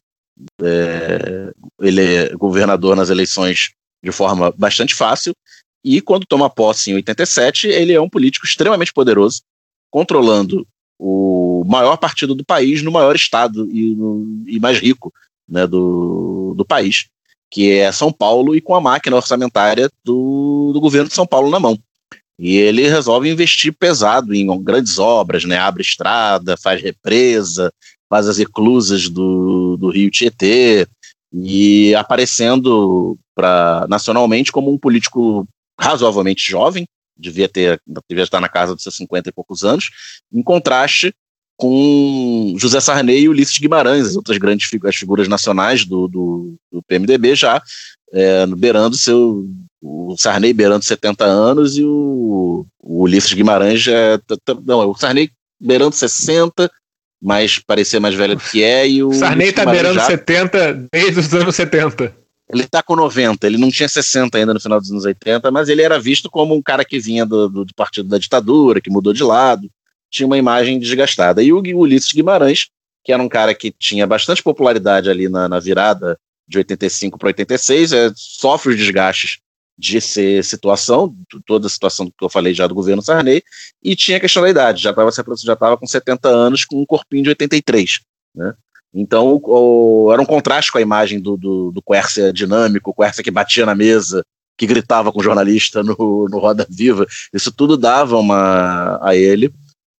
ele é governador nas eleições de forma bastante fácil, e quando toma posse em 87, ele é um político extremamente poderoso, controlando o maior partido do país no maior estado e mais rico, né, do país, que é São Paulo, e com a máquina orçamentária do governo de São Paulo na mão. E ele resolve investir pesado em grandes obras, né, abre estrada, faz represa, faz as eclusas do Rio Tietê, e aparecendo nacionalmente como um político razoavelmente jovem, devia estar na casa dos seus 50 e poucos anos, em contraste com José Sarney e Ulisses Guimarães, as outras grandes as figuras nacionais do PMDB, já beirando o Sarney beirando 70 anos e o Ulisses Guimarães o Sarney beirando 60, mas parecia mais velho do que e o Sarney está beirando 70 desde os anos 70. Ele está com 90, ele não tinha 60 ainda no final dos anos 80, mas ele era visto como um cara que vinha do partido da ditadura, que mudou de lado, tinha uma imagem desgastada. E o Ulisses Guimarães, que era um cara que tinha bastante popularidade ali na virada de 85 para 86, sofre os desgastes de ser toda a situação que eu falei já do governo Sarney, e tinha a questão da idade, já estava com 70 anos, com um corpinho de 83, né? Então era um contraste com a imagem do Quércia dinâmico, o Quércia que batia na mesa, que gritava com o jornalista no Roda Viva. Isso tudo dava a ele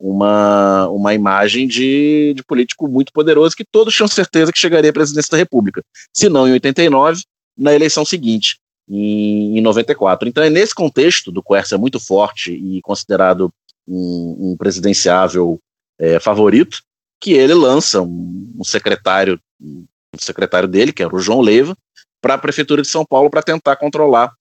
uma imagem de político muito poderoso, que todos tinham certeza que chegaria à presidência da República, se não em 89, na eleição seguinte, em 94. Então é nesse contexto do Quércia muito forte e considerado um presidenciável favorito, que ele lança um secretário dele, que era o João Leiva, para a Prefeitura de São Paulo, para tentar controlar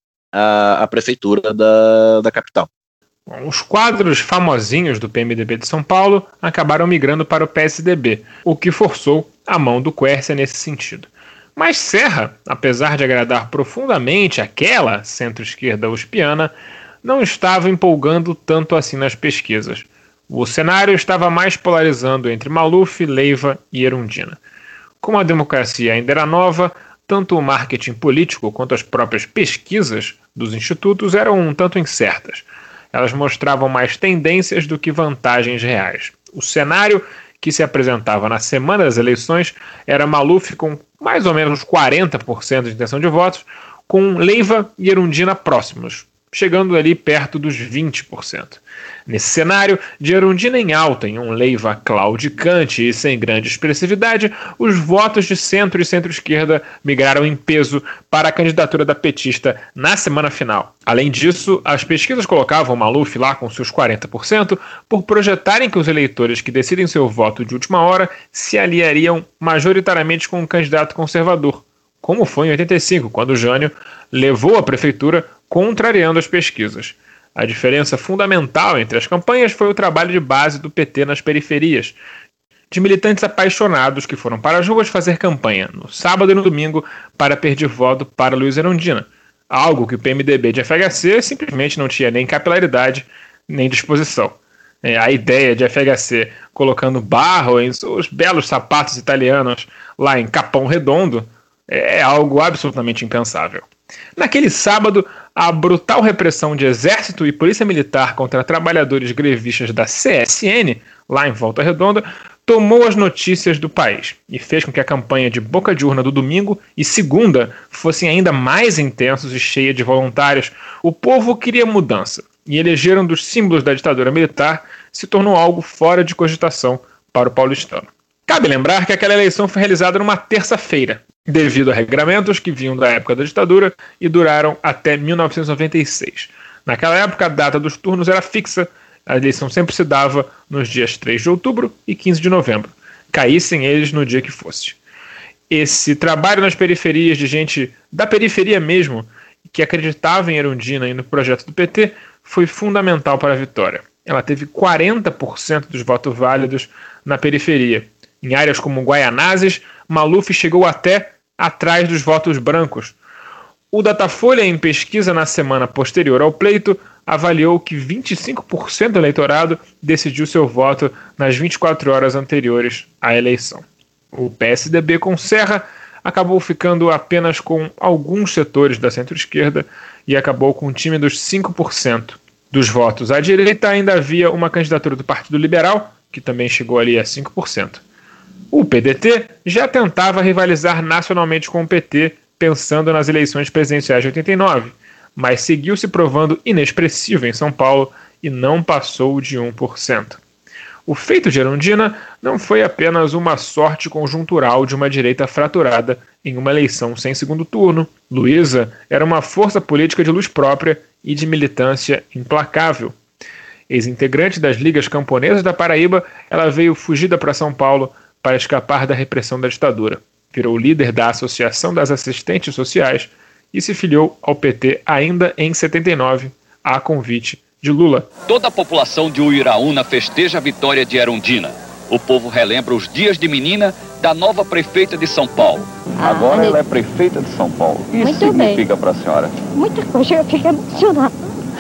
a Prefeitura da capital. Bom, os quadros famosinhos do PMDB de São Paulo acabaram migrando para o PSDB, o que forçou a mão do Quércia nesse sentido. Mas Serra, apesar de agradar profundamente aquela centro-esquerda uspiana, não estava empolgando tanto assim nas pesquisas. O cenário estava mais polarizando entre Maluf, Leiva e Erundina. Como a democracia ainda era nova, tanto o marketing político quanto as próprias pesquisas dos institutos eram um tanto incertas. Elas mostravam mais tendências do que vantagens reais. O cenário que se apresentava na semana das eleições era Maluf com mais ou menos 40% de intenção de votos, com Leiva e Erundina próximos, chegando ali perto dos 20%. Nesse cenário, de Erundina em alta, em um Leiva claudicante e sem grande expressividade, os votos de centro e centro-esquerda migraram em peso para a candidatura da petista na semana final. Além disso, as pesquisas colocavam Maluf lá com seus 40% por projetarem que os eleitores que decidem seu voto de última hora se aliariam majoritariamente com um candidato conservador, como foi em 85, quando Jânio levou a prefeitura contrariando as pesquisas. A diferença fundamental entre as campanhas foi o trabalho de base do PT nas periferias, de militantes apaixonados que foram para as ruas fazer campanha no sábado e no domingo para pedir voto para Luiz Erundina, algo que o PMDB de FHC simplesmente não tinha nem capilaridade nem disposição. A ideia de FHC colocando barro em seus belos sapatos italianos lá em Capão Redondo é algo absolutamente impensável. Naquele sábado, a brutal repressão de exército e polícia militar contra trabalhadores grevistas da CSN, lá em Volta Redonda, tomou as notícias do país e fez com que a campanha de boca de urna do domingo e segunda fossem ainda mais intensos e cheia de voluntários. O povo queria mudança e eleger um dos símbolos da ditadura militar se tornou algo fora de cogitação para o paulistano. Cabe lembrar que aquela eleição foi realizada numa terça-feira, devido a regramentos que vinham da época da ditadura e duraram até 1996. Naquela época, a data dos turnos era fixa, a eleição sempre se dava nos dias 3 de outubro e 15 de novembro, caíssem eles no dia que fosse. Esse trabalho nas periferias de gente da periferia mesmo, que acreditava em Erundina e no projeto do PT, foi fundamental para a vitória. Ela teve 40% dos votos válidos na periferia. Em áreas como Guaianazes, Maluf chegou até atrás dos votos brancos. O Datafolha, em pesquisa na semana posterior ao pleito, avaliou que 25% do eleitorado decidiu seu voto nas 24 horas anteriores à eleição. O PSDB com Serra acabou ficando apenas com alguns setores da centro-esquerda e acabou com um time dos 5%. Dos votos à direita ainda havia uma candidatura do Partido Liberal, que também chegou ali a 5%. O PDT já tentava rivalizar nacionalmente com o PT, pensando nas eleições presidenciais de 89, mas seguiu se provando inexpressivo em São Paulo e não passou de 1%. O feito de Erundina não foi apenas uma sorte conjuntural de uma direita fraturada em uma eleição sem segundo turno. Luísa era uma força política de luz própria e de militância implacável. Ex-integrante das Ligas Camponesas da Paraíba, ela veio fugida para São Paulo para escapar da repressão da ditadura. Virou líder da Associação das Assistentes Sociais e se filiou ao PT ainda em 79, a convite de Lula. Toda a população de Uiraúna festeja a vitória de Erundina. O povo relembra os dias de menina da nova prefeita de São Paulo. Agora ela é prefeita de São Paulo. O que isso significa para a senhora? Muita coisa, eu fiquei emocionada.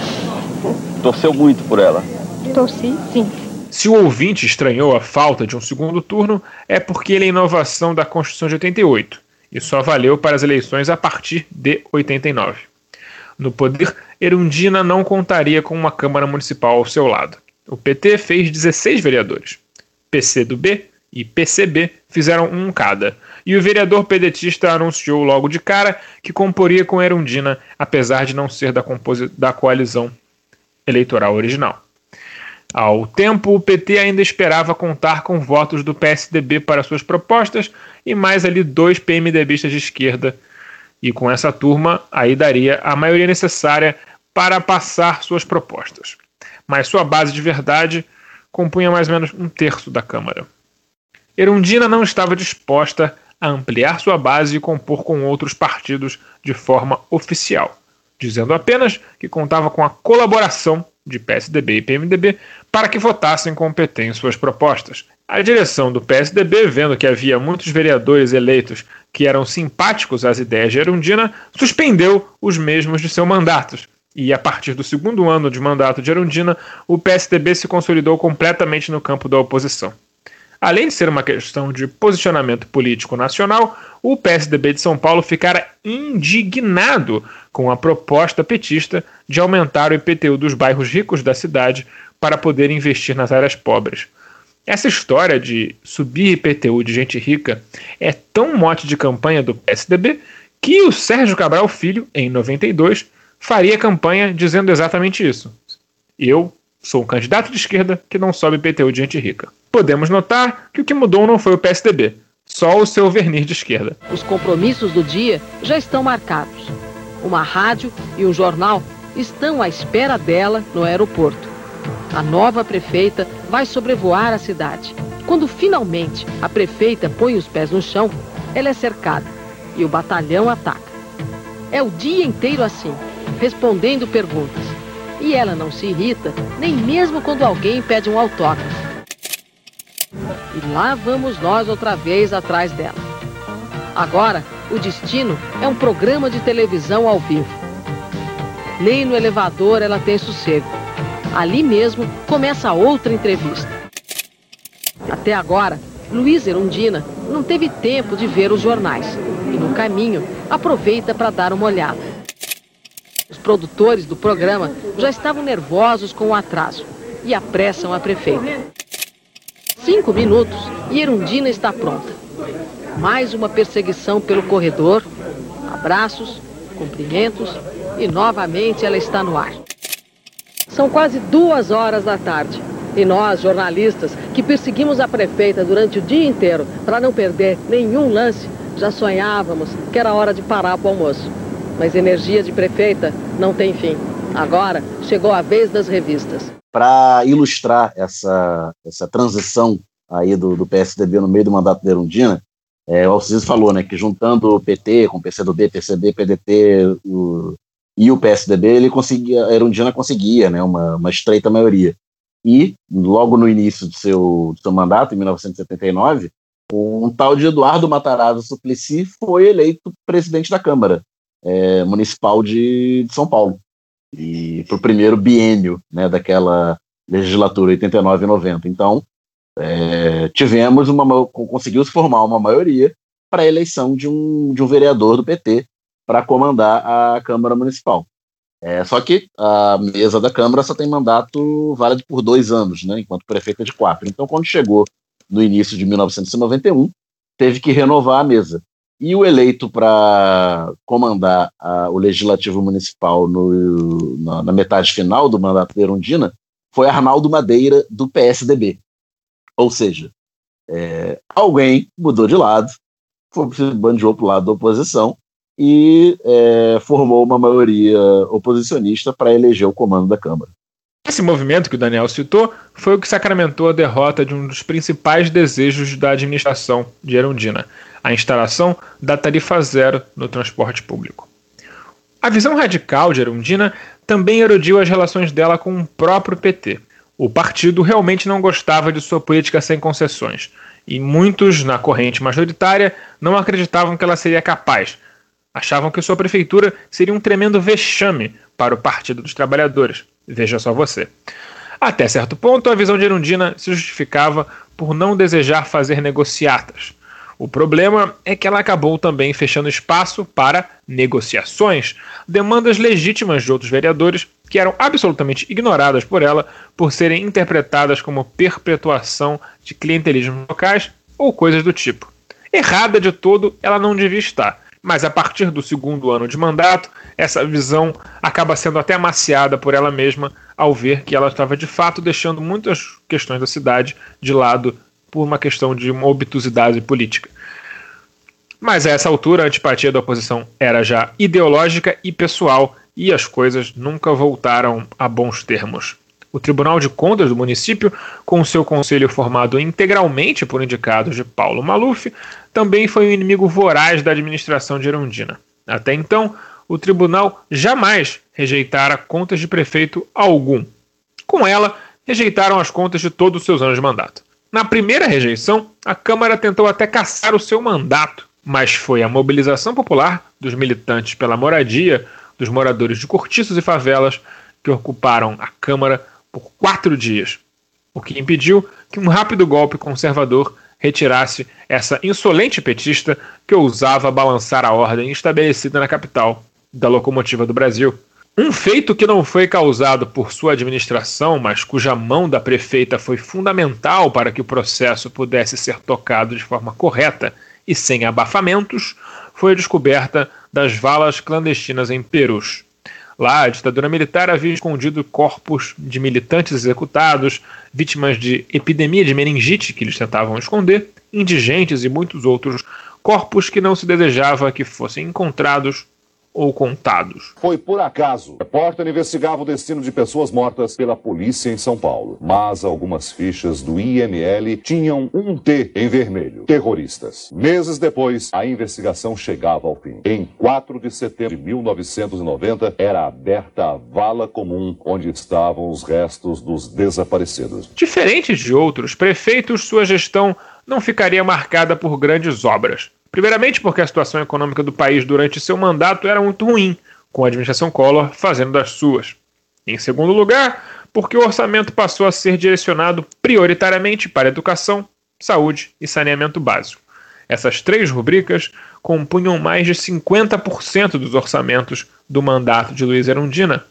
Torceu muito por ela? Torci, sim. Se o ouvinte estranhou a falta de um segundo turno, é porque ele é inovação da Constituição de 88 e só valeu para as eleições a partir de 89. No poder, Erundina não contaria com uma Câmara Municipal ao seu lado. O PT fez 16 vereadores. PCdoB e PCB fizeram um cada. E o vereador pedetista anunciou logo de cara que comporia com Erundina, apesar de não ser da coalizão eleitoral original. Ao tempo, o PT ainda esperava contar com votos do PSDB para suas propostas e mais ali 2 PMDBistas de esquerda. E com essa turma, aí daria a maioria necessária para passar suas propostas. Mas sua base de verdade compunha mais ou menos 1/3 da Câmara. Erundina não estava disposta a ampliar sua base e compor com outros partidos de forma oficial, dizendo apenas que contava com a colaboração de PSDB e PMDB para que votassem com o PT em suas propostas. A direção do PSDB, vendo que havia muitos vereadores eleitos que eram simpáticos às ideias de Erundina, suspendeu os mesmos de seus mandatos. E a partir do segundo ano de mandato de Erundina, o PSDB se consolidou completamente no campo da oposição. Além de ser uma questão de posicionamento político nacional, o PSDB de São Paulo ficara indignado com a proposta petista de aumentar o IPTU dos bairros ricos da cidade para poder investir nas áreas pobres. Essa história de subir IPTU de gente rica é tão mote de campanha do PSDB que o Sérgio Cabral Filho, em 92, faria campanha dizendo exatamente isso. Eu sou um candidato de esquerda que não sobe IPTU de gente rica. Podemos notar que o que mudou não foi o PSDB, só o seu verniz de esquerda. Os compromissos do dia já estão marcados. Uma rádio e um jornal estão à espera dela no aeroporto. A nova prefeita vai sobrevoar a cidade. Quando finalmente a prefeita põe os pés no chão, ela é cercada e o batalhão ataca. É o dia inteiro assim, respondendo perguntas. E ela não se irrita, nem mesmo quando alguém pede um autógrafo. E lá vamos nós outra vez atrás dela. Agora, o destino é um programa de televisão ao vivo. Nem no elevador ela tem sossego. Ali mesmo começa outra entrevista. Até agora, Luísa Erundina não teve tempo de ver os jornais. E no caminho, aproveita para dar uma olhada. Os produtores do programa já estavam nervosos com o atraso e apressam a prefeita. 5 minutos e Erundina está pronta. Mais uma perseguição pelo corredor, abraços, cumprimentos e novamente ela está no ar. São quase 2 horas da tarde e nós, jornalistas, que perseguimos a prefeita durante o dia inteiro para não perder nenhum lance, já sonhávamos que era hora de parar para o almoço. Mas energia de prefeita não tem fim. Agora chegou a vez das revistas. Para ilustrar essa transição aí do PSDB no meio do mandato de Erundina, o Alcides falou, né, que juntando o PT com o PCdoB, PCB, PDT e o PSDB, a Erundina conseguia, né, uma estreita maioria. E, logo no início do seu mandato, em 1979, um tal de Eduardo Matarazzo Suplicy foi eleito presidente da Câmara Municipal de São Paulo, e para o primeiro biênio, né, daquela legislatura 89 e 90. Então, conseguiu-se formar uma maioria para a eleição de um vereador do PT para comandar a Câmara Municipal. Só que a mesa da Câmara só tem mandato válido por 2 anos, né, enquanto prefeito é de 4. Então, quando chegou no início de 1991, teve que renovar a mesa. E o para comandar o Legislativo Municipal na metade final do mandato de Erundina foi Arnaldo Madeira, do PSDB. Ou seja, alguém mudou de lado, se bandiou para o lado da oposição e formou uma maioria oposicionista para eleger o comando da Câmara. Esse movimento que o Daniel citou foi o que sacramentou a derrota de um dos principais desejos da administração de Erundina, a instalação da tarifa zero no transporte público. A visão radical de Erundina também erodiu as relações dela com o próprio PT. O partido realmente não gostava de sua política sem concessões, e muitos, na corrente majoritária, não acreditavam que ela seria capaz. Achavam que sua prefeitura seria um tremendo vexame para o Partido dos Trabalhadores. Veja só você. Até certo ponto, a visão de Erundina se justificava por não desejar fazer negociatas. O problema é que ela acabou também fechando espaço para negociações, demandas legítimas de outros vereadores que eram absolutamente ignoradas por ela por serem interpretadas como perpetuação de clientelismos locais ou coisas do tipo. Errada de todo, ela não devia estar. Mas a partir do 2º ano de mandato, essa visão acaba sendo até amaciada por ela mesma ao ver que ela estava de fato deixando muitas questões da cidade de lado por uma questão de uma obtusidade política. Mas a essa altura a antipatia da oposição era já ideológica e pessoal e as coisas nunca voltaram a bons termos. O Tribunal de Contas do município, com seu conselho formado integralmente por indicados de Paulo Maluf, também foi um inimigo voraz da administração de Erundina. Até então, o tribunal jamais rejeitara contas de prefeito algum. Com ela, rejeitaram as contas de todos os seus anos de mandato. Na primeira rejeição, a Câmara tentou até cassar o seu mandato, mas foi a mobilização popular dos militantes pela moradia dos moradores de cortiços e favelas que ocuparam a Câmara por 4 dias, o que impediu que um rápido golpe conservador retirasse essa insolente petista que ousava balançar a ordem estabelecida na capital da locomotiva do Brasil. Um feito que não foi causado por sua administração, mas cuja mão da prefeita foi fundamental para que o processo pudesse ser tocado de forma correta e sem abafamentos, foi a descoberta das valas clandestinas em Perus. Lá, a ditadura militar havia escondido corpos de militantes executados, vítimas de epidemia de meningite que eles tentavam esconder, indigentes e muitos outros corpos que não se desejava que fossem encontrados ou contados. Foi por acaso. O repórter investigava o destino de pessoas mortas pela polícia em São Paulo. Mas algumas fichas do IML tinham um T em vermelho. Terroristas. Meses depois, a investigação chegava ao fim. Em 4 de setembro de 1990, era aberta a vala comum onde estavam os restos dos desaparecidos. Diferente de outros prefeitos, sua gestão não ficaria marcada por grandes obras. Primeiramente porque a situação econômica do país durante seu mandato era muito ruim, com a administração Collor fazendo das suas. Em segundo lugar, porque o orçamento passou a ser direcionado prioritariamente para educação, saúde e saneamento básico. Essas 3 rubricas compunham mais de 50% dos orçamentos do mandato de Luiz Erundina.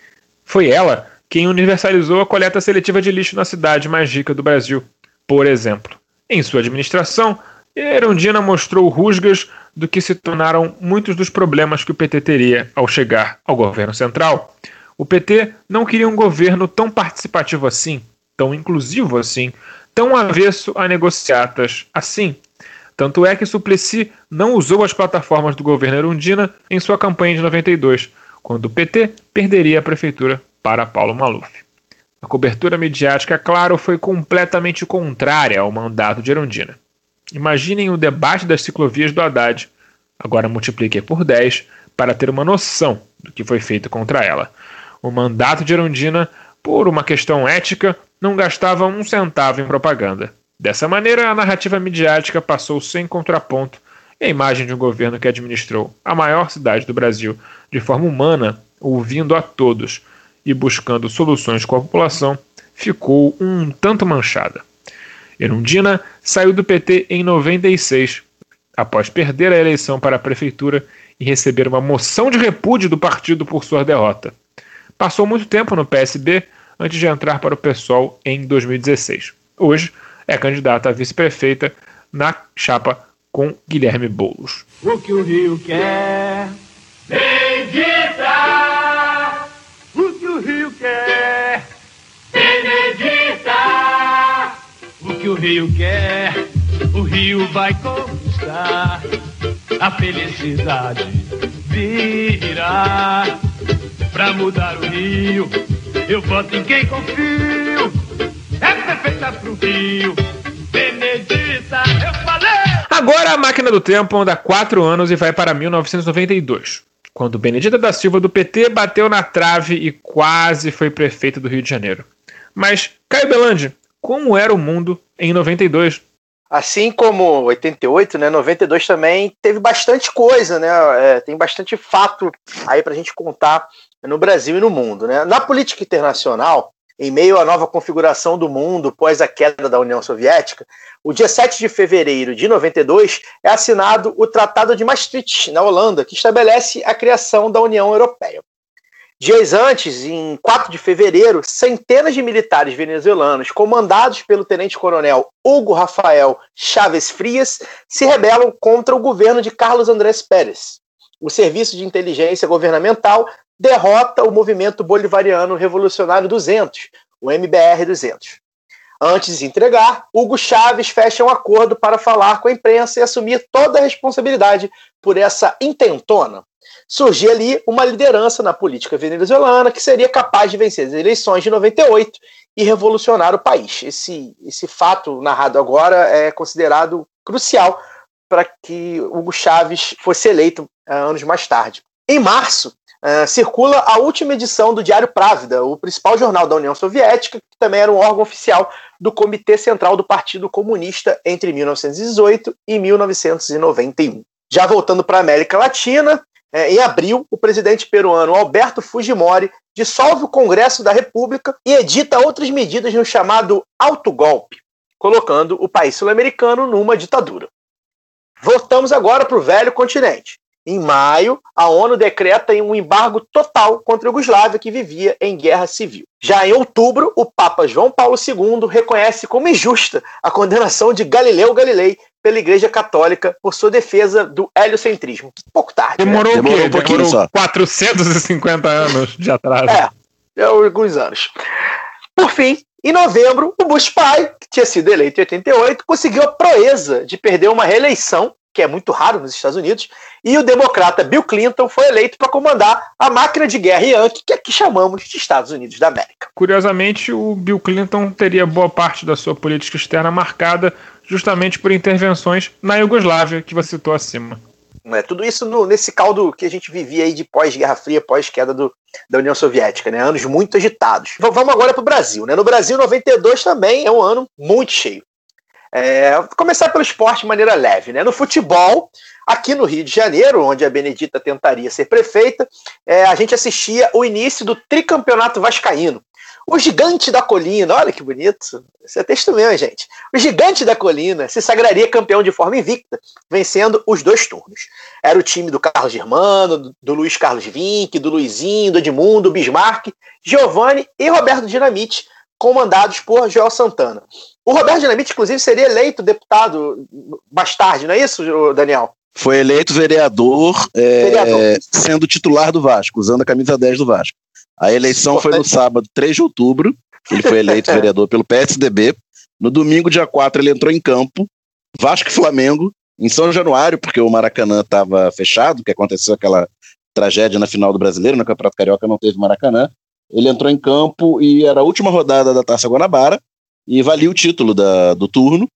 Foi ela quem universalizou a coleta seletiva de lixo na cidade mais rica do Brasil, por exemplo. Em sua administração, Erundina mostrou rusgas do que se tornaram muitos dos problemas que o PT teria ao chegar ao governo central. O PT não queria um governo tão participativo assim, tão inclusivo assim, tão avesso a negociatas assim. Tanto é que Suplicy não usou as plataformas do governo Erundina em sua campanha de 92, quando o PT perderia a prefeitura para Paulo Maluf. A cobertura midiática, claro, foi completamente contrária ao mandato de Erundina. Imaginem o debate das ciclovias do Haddad. Agora multipliquei por 10 para ter uma noção do que foi feito contra ela. O mandato de Erundina, por uma questão ética, não gastava um centavo em propaganda. Dessa maneira, a narrativa midiática passou sem contraponto e a imagem de um governo que administrou a maior cidade do Brasil de forma humana, ouvindo a todos e buscando soluções com a população, ficou um tanto manchada. Erundina saiu do PT em 96, após perder a eleição para a prefeitura e receber uma moção de repúdio do partido por sua derrota. Passou muito tempo no PSB antes de entrar para o PSOL em 2016. Hoje é candidata a vice-prefeita na chapa com Guilherme Boulos. O que o Rio quer, Benedita! O que o Rio quer, Benedita! O que o Rio quer, o Rio vai conquistar. A felicidade virá pra mudar o Rio. Eu voto em quem confio. É perfeita pro Rio, Benedita, eu falei! Agora a máquina do tempo anda 4 anos e vai para 1992, quando Benedita da Silva do PT bateu na trave e quase foi prefeito do Rio de Janeiro. Mas, Caio Belandi, como era o mundo em 92? Assim como 88, né, 92 também teve bastante coisa, né, tem bastante fato aí pra gente contar no Brasil e no mundo, né. Na política internacional, em meio à nova configuração do mundo pós a queda da União Soviética, o dia 7 de fevereiro de 92 é assinado o Tratado de Maastricht, na Holanda, que estabelece a criação da União Europeia. Dias antes, em 4 de fevereiro, centenas de militares venezuelanos, comandados pelo tenente-coronel Hugo Rafael Chávez Frias, se rebelam contra o governo de Carlos Andrés Pérez. O Serviço de Inteligência Governamental derrota o Movimento Bolivariano Revolucionário 200, o MBR-200. Antes de entregar, Hugo Chávez fecha um acordo para falar com a imprensa e assumir toda a responsabilidade por essa intentona. Surgia ali uma liderança na política venezuelana que seria capaz de vencer as eleições de 98 e revolucionar o país. Esse fato narrado agora é considerado crucial para que Hugo Chávez fosse eleito anos mais tarde. Em março, circula a última edição do Diário Pravda, o principal jornal da União Soviética, que também era um órgão oficial do Comitê Central do Partido Comunista entre 1918 e 1991. Já voltando para a América Latina, em abril, o presidente peruano Alberto Fujimori dissolve o Congresso da República e edita outras medidas no chamado autogolpe, colocando o país sul-americano numa ditadura. Voltamos agora para o velho continente. Em maio, a ONU decreta um embargo total contra a Iugoslávia, que vivia em guerra civil. Já em outubro, o Papa João Paulo II reconhece como injusta a condenação de Galileu Galilei pela Igreja Católica por sua defesa do heliocentrismo. Pouco tarde. Demorou, né? o quê? Demorou 450 anos de atraso. Alguns anos. Por fim, em novembro, o Bush pai, que tinha sido eleito em 88, conseguiu a proeza de perder uma reeleição, que é muito raro nos Estados Unidos, e o democrata Bill Clinton foi eleito para comandar a máquina de guerra Yankee, que aqui chamamos de Estados Unidos da América. Curiosamente, o Bill Clinton teria boa parte da sua política externa marcada justamente por intervenções na Iugoslávia, que você citou acima. Tudo isso nesse caldo que a gente vivia aí de pós-Guerra Fria, pós-queda da União Soviética, né? Anos muito agitados. Vamos agora para o Brasil, né? No Brasil, 92 também é um ano muito cheio. Vou começar pelo esporte de maneira leve, né? No futebol, aqui no Rio de Janeiro, onde a Benedita tentaria ser prefeita, a gente assistia o início do tricampeonato vascaíno. O Gigante da Colina, olha que bonito, esse é texto mesmo, gente. O Gigante da Colina se sagraria campeão de forma invicta, vencendo os 2 turnos. Era o time do Carlos Germano, do Luiz Carlos Vinck, do Luizinho, do Edmundo, do Bismarck, Giovanni e Roberto Dinamite, comandados por Joel Santana. O Roberto Dinamite, inclusive, seria eleito deputado mais tarde, não é isso, Daniel? Foi eleito vereador. Sendo titular do Vasco, usando a camisa 10 do Vasco. A eleição foi no sábado, 3 de outubro. Ele foi eleito vereador pelo PSDB. No domingo, dia 4, ele entrou em campo. Vasco e Flamengo, em São Januário, porque o Maracanã estava fechado, que aconteceu aquela tragédia na final do Brasileiro, no Campeonato Carioca não teve Maracanã. Ele entrou em campo e era a última rodada da Taça Guanabara e valia o título do turno.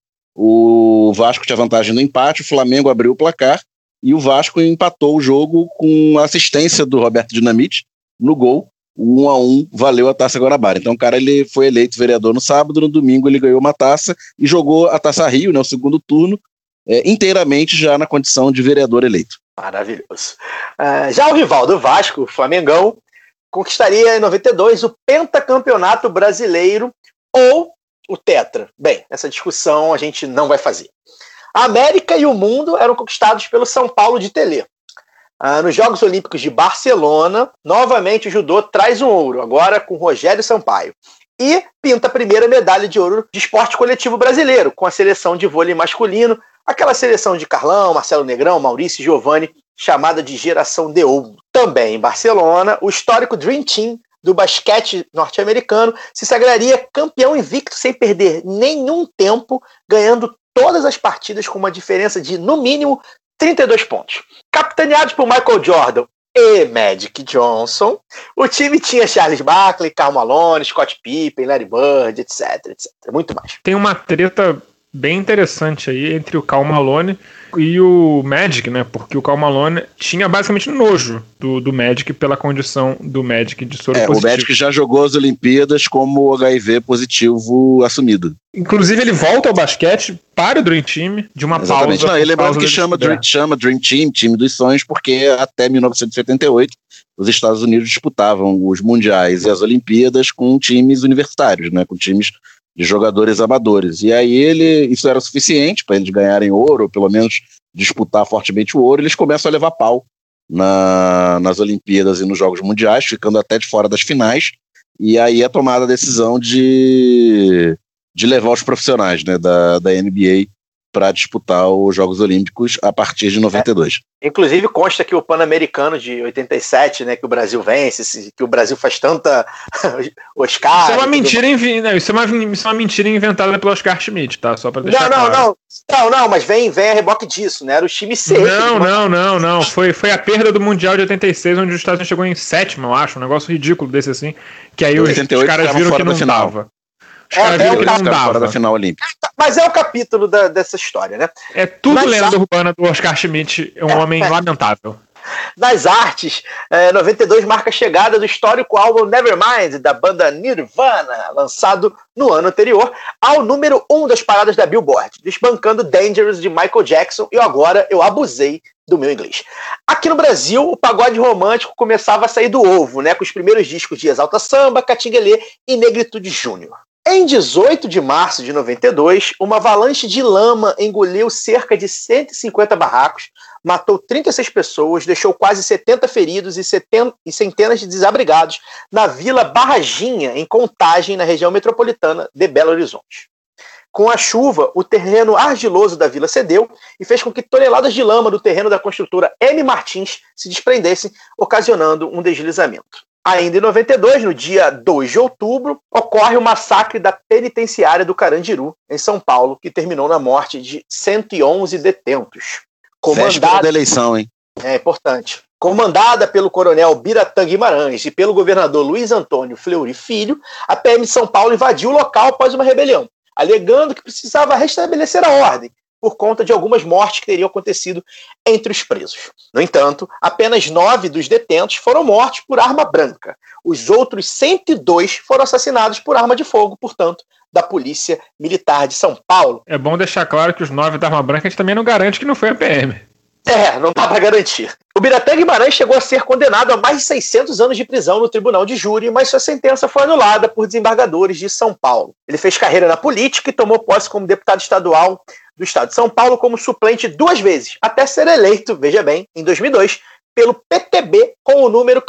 O Vasco tinha vantagem no empate, o Flamengo abriu o placar e o Vasco empatou o jogo com a assistência do Roberto Dinamite no gol. 1-1 valeu a Taça Guanabara. Então o cara ele foi eleito vereador no sábado, no domingo ele ganhou uma taça e jogou a Taça Rio, né, o segundo turno, inteiramente já na condição de vereador eleito. Maravilhoso. Já o rival do Vasco, o Flamengão, conquistaria em 92 o pentacampeonato brasileiro ou o tetra? Bem, essa discussão a gente não vai fazer. A América e o mundo eram conquistados pelo São Paulo de Telê. Nos Jogos Olímpicos de Barcelona, novamente o judô traz um ouro, agora com Rogério Sampaio. E pinta a primeira medalha de ouro de esporte coletivo brasileiro, com a seleção de vôlei masculino, aquela seleção de Carlão, Marcelo Negrão, Maurício e Giovani, chamada de Geração de Ouro. Também em Barcelona, o histórico Dream Team do basquete norte-americano se sagraria campeão invicto sem perder nenhum tempo, ganhando todas as partidas com uma diferença de, no mínimo, 32 pontos. Capitaneados por Michael Jordan e Magic Johnson, o time tinha Charles Barkley, Karl Malone, Scott Pippen, Larry Bird, etc. Muito mais. Tem uma treta bem interessante aí entre o Karl Malone e o Magic, né? Porque o Karl Malone tinha basicamente nojo do Magic pela condição do Magic de soro positivo. O Magic já jogou as Olimpíadas como HIV positivo assumido. Inclusive ele volta ao basquete para o Dream Team de uma Exatamente. pausa. Não, lembrando que chama Dream Team, time dos sonhos, porque até 1978 os Estados Unidos disputavam os mundiais e as Olimpíadas com times universitários, né? Com times de jogadores amadores. E aí isso era suficiente para eles ganharem ouro, ou pelo menos disputar fortemente o ouro, e eles começam a levar pau nas Olimpíadas e nos Jogos Mundiais, ficando até de fora das finais, e aí é tomada a decisão de levar os profissionais, né, da NBA para disputar os Jogos Olímpicos a partir de 92. Inclusive consta que o Pan-Americano de 87, né, que o Brasil vence, que o Brasil faz tanta Oscar... Isso é uma mentira, isso é uma mentira inventada pelo Oscar Schmidt, tá? Só para deixar claro. Não, mas vem a reboque disso, né? Era o time C. Não. Foi a perda do Mundial de 86, onde os Estados Unidos chegou em sétimo, eu acho, um negócio ridículo desse assim, que aí os caras viram que não dava. Os caras viram que não dava. Fora da final olímpica. Mas é o capítulo dessa história, né? É tudo lenda urbana do Oscar Schmidt, é um homem lamentável. Nas artes, 92 marca a chegada do histórico álbum Nevermind, da banda Nirvana, lançado no ano anterior, ao número 1 das paradas da Billboard, desbancando Dangerous de Michael Jackson, e agora eu abusei do meu inglês. Aqui no Brasil, o pagode romântico começava a sair do ovo, né, com os primeiros discos de Exalta Samba, Catinguelê e Negritude Júnior. Em 18 de março de 92, uma avalanche de lama engoliu cerca de 150 barracos, matou 36 pessoas, deixou quase 70 feridos e centenas de desabrigados na Vila Barraginha, em Contagem, na região metropolitana de Belo Horizonte. Com a chuva, o terreno argiloso da vila cedeu e fez com que toneladas de lama do terreno da construtora M. Martins se desprendessem, ocasionando um deslizamento. Ainda em 92, no dia 2 de outubro, ocorre o massacre da penitenciária do Carandiru, em São Paulo, que terminou na morte de 111 detentos. Véspera da eleição, hein? É importante. Comandada pelo coronel Biratã Guimarães e pelo governador Luiz Antônio Fleury Filho, a PM de São Paulo invadiu o local após uma rebelião, alegando que precisava restabelecer a ordem, por conta de algumas mortes que teriam acontecido entre os presos. No entanto, apenas 9 dos detentos foram mortos por arma branca. Os outros 102 foram assassinados por arma de fogo, portanto, da Polícia Militar de São Paulo. É bom deixar claro que os 9 da arma branca a gente também não garante que não foi a PM. Não dá para garantir. O Biratã Guimarães chegou a ser condenado a mais de 600 anos de prisão no tribunal de júri, mas sua sentença foi anulada por desembargadores de São Paulo. Ele fez carreira na política e tomou posse como deputado estadual do estado de São Paulo como suplente 2 vezes, até ser eleito, veja bem, em 2002, pelo PTB com o número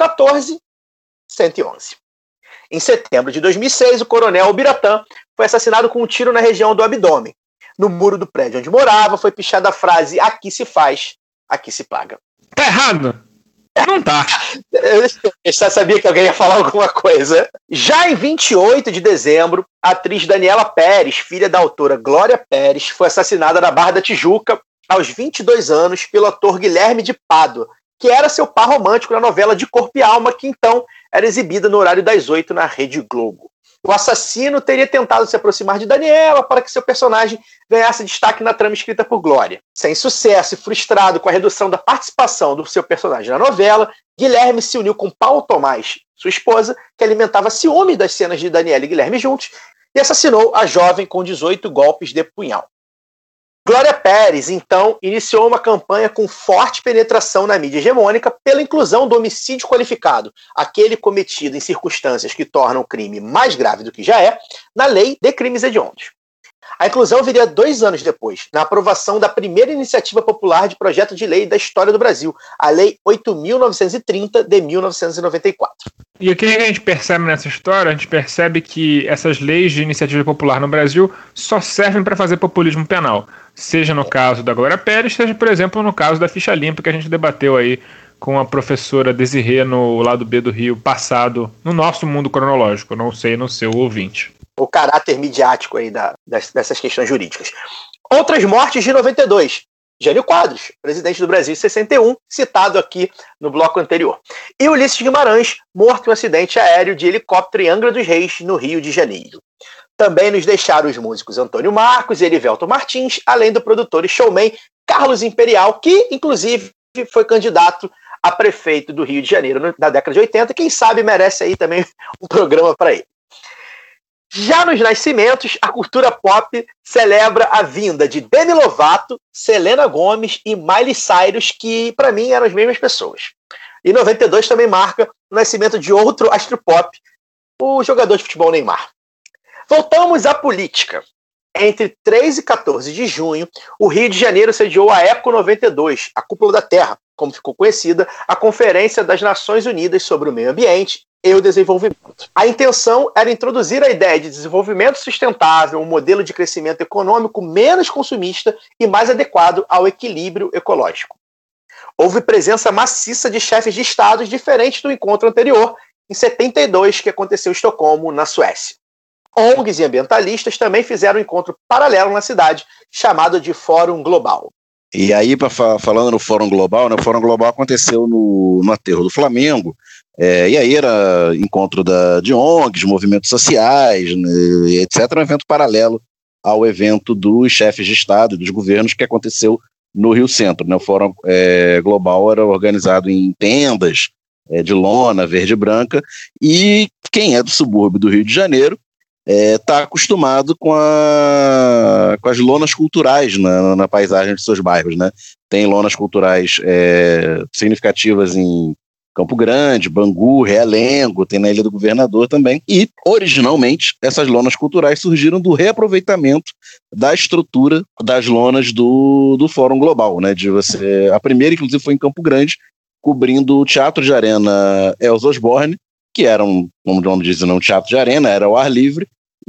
14111. Em setembro de 2006, o coronel Biratã foi assassinado com um tiro na região do abdômen. No muro do prédio onde morava, foi pichada a frase "aqui se faz, aqui se paga". Tá errado? Não tá. Eu já sabia que alguém ia falar alguma coisa. Já em 28 de dezembro, a atriz Daniela Pérez, filha da autora Glória Pérez, foi assassinada na Barra da Tijuca, aos 22 anos, pelo ator Guilherme de Pádua, que era seu par romântico na novela De Corpo e Alma, que então era exibida no horário das 8 na Rede Globo. O assassino teria tentado se aproximar de Daniela para que seu personagem ganhasse destaque na trama escrita por Glória. Sem sucesso e frustrado com a redução da participação do seu personagem na novela, Guilherme se uniu com Paulo Tomás, sua esposa, que alimentava ciúme das cenas de Daniela e Guilherme juntos, e assassinou a jovem com 18 golpes de punhal. Glória Pérez, então, iniciou uma campanha com forte penetração na mídia hegemônica pela inclusão do homicídio qualificado, aquele cometido em circunstâncias que tornam o crime mais grave do que já é, na lei de crimes hediondos. A inclusão viria 2 anos depois, na aprovação da primeira iniciativa popular de projeto de lei da história do Brasil, a Lei 8.930 de 1994. E o que a gente percebe nessa história? A gente percebe que essas leis de iniciativa popular no Brasil só servem para fazer populismo penal. Seja no caso da Glória Pérez, seja, por exemplo, no caso da ficha limpa que a gente debateu aí com a professora Desirê no Lado B do Rio passado, no nosso mundo cronológico, não sei no seu ouvinte. O caráter midiático aí dessas questões jurídicas. Outras mortes de 92. Jânio Quadros, presidente do Brasil em 61, citado aqui no bloco anterior. E Ulisses Guimarães, morto em um acidente aéreo de helicóptero em Angra dos Reis, no Rio de Janeiro. Também nos deixaram os músicos Antônio Marcos e Erivelto Martins, além do produtor e showman Carlos Imperial, que, inclusive, foi candidato a prefeito do Rio de Janeiro na década de 80. Quem sabe merece aí também um programa para ele. Já nos nascimentos, a cultura pop celebra a vinda de Demi Lovato, Selena Gomez e Miley Cyrus, que para mim eram as mesmas pessoas. E 92 também marca o nascimento de outro astro pop, o jogador de futebol Neymar. Voltamos à política. Entre 3 e 14 de junho, o Rio de Janeiro sediou a ECO 92, a Cúpula da Terra, como ficou conhecida, a Conferência das Nações Unidas sobre o Meio Ambiente e o Desenvolvimento. A intenção era introduzir a ideia de desenvolvimento sustentável, um modelo de crescimento econômico menos consumista e mais adequado ao equilíbrio ecológico. Houve presença maciça de chefes de estados diferentes do encontro anterior, em 72, que aconteceu em Estocolmo, na Suécia. ONGs e ambientalistas também fizeram um encontro paralelo na cidade, chamado de Fórum Global. E aí, falando no Fórum Global, né, o Fórum Global aconteceu no aterro do Flamengo, e aí era encontro de ONGs, movimentos sociais, né, etc., um evento paralelo ao evento dos chefes de Estado e dos governos que aconteceu no Rio Centro. Né? O Fórum Global era organizado em tendas de lona verde e branca, e quem é do subúrbio do Rio de Janeiro está acostumado com as lonas culturais na paisagem de seus bairros. Né? Tem lonas culturais significativas em Campo Grande, Bangu, Realengo, tem na Ilha do Governador também. E, originalmente, essas lonas culturais surgiram do reaproveitamento da estrutura das lonas do Fórum Global. Né? A primeira, inclusive, foi em Campo Grande, cobrindo o Teatro de Arena Elza Osborne, que era como o nome diz, um teatro de arena, era ao ar livre,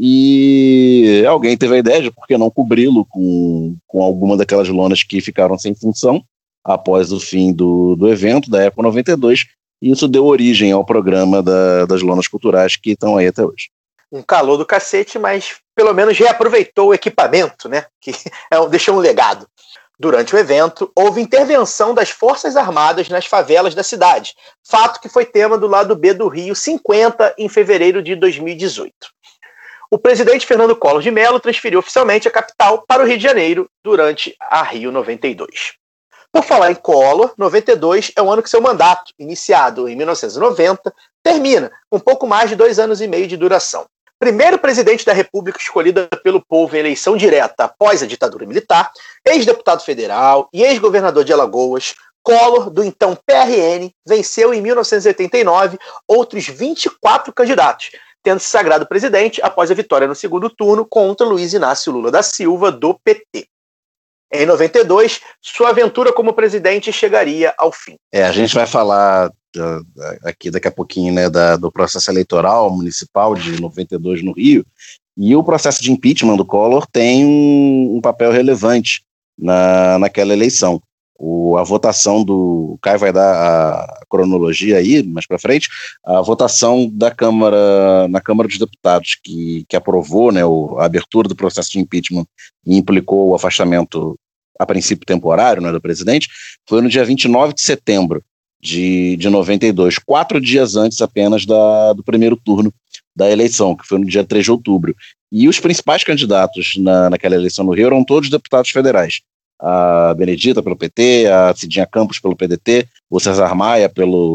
e alguém teve a ideia de por que não cobri-lo com alguma daquelas lonas que ficaram sem função após o fim do evento, da ECO 92, e isso deu origem ao programa das lonas culturais que estão aí até hoje. Um calor do cacete, mas pelo menos reaproveitou o equipamento, né? Que deixou um legado. Durante o evento, houve intervenção das Forças Armadas nas favelas da cidade, fato que foi tema do Lado B do Rio 50 em fevereiro de 2018. O presidente Fernando Collor de Mello transferiu oficialmente a capital para o Rio de Janeiro durante a Rio 92. Por falar em Collor, 92 é o ano que seu mandato, iniciado em 1990, termina, com pouco mais de 2 anos e meio de duração. Primeiro presidente da República escolhido pelo povo em eleição direta após a ditadura militar, ex-deputado federal e ex-governador de Alagoas, Collor, do então PRN, venceu em 1989 outros 24 candidatos, tendo se sagrado presidente após a vitória no segundo turno contra Luiz Inácio Lula da Silva, do PT. Em 92, sua aventura como presidente chegaria ao fim. A gente vai falar aqui daqui a pouquinho, né, do processo eleitoral municipal de 92 no Rio, e o processo de impeachment do Collor tem um papel relevante naquela eleição. A votação o Caio vai dar a cronologia aí, mais para frente, a votação na Câmara dos Deputados, que aprovou, né, a abertura do processo de impeachment e implicou o afastamento, a princípio temporário, né, do presidente, foi no dia 29 de setembro de 92, 4 dias antes apenas do primeiro turno da eleição, que foi no dia 3 de outubro. E os principais candidatos naquela eleição no Rio eram todos deputados federais. A Benedita pelo PT, a Cidinha Campos pelo PDT, o César Maia pelo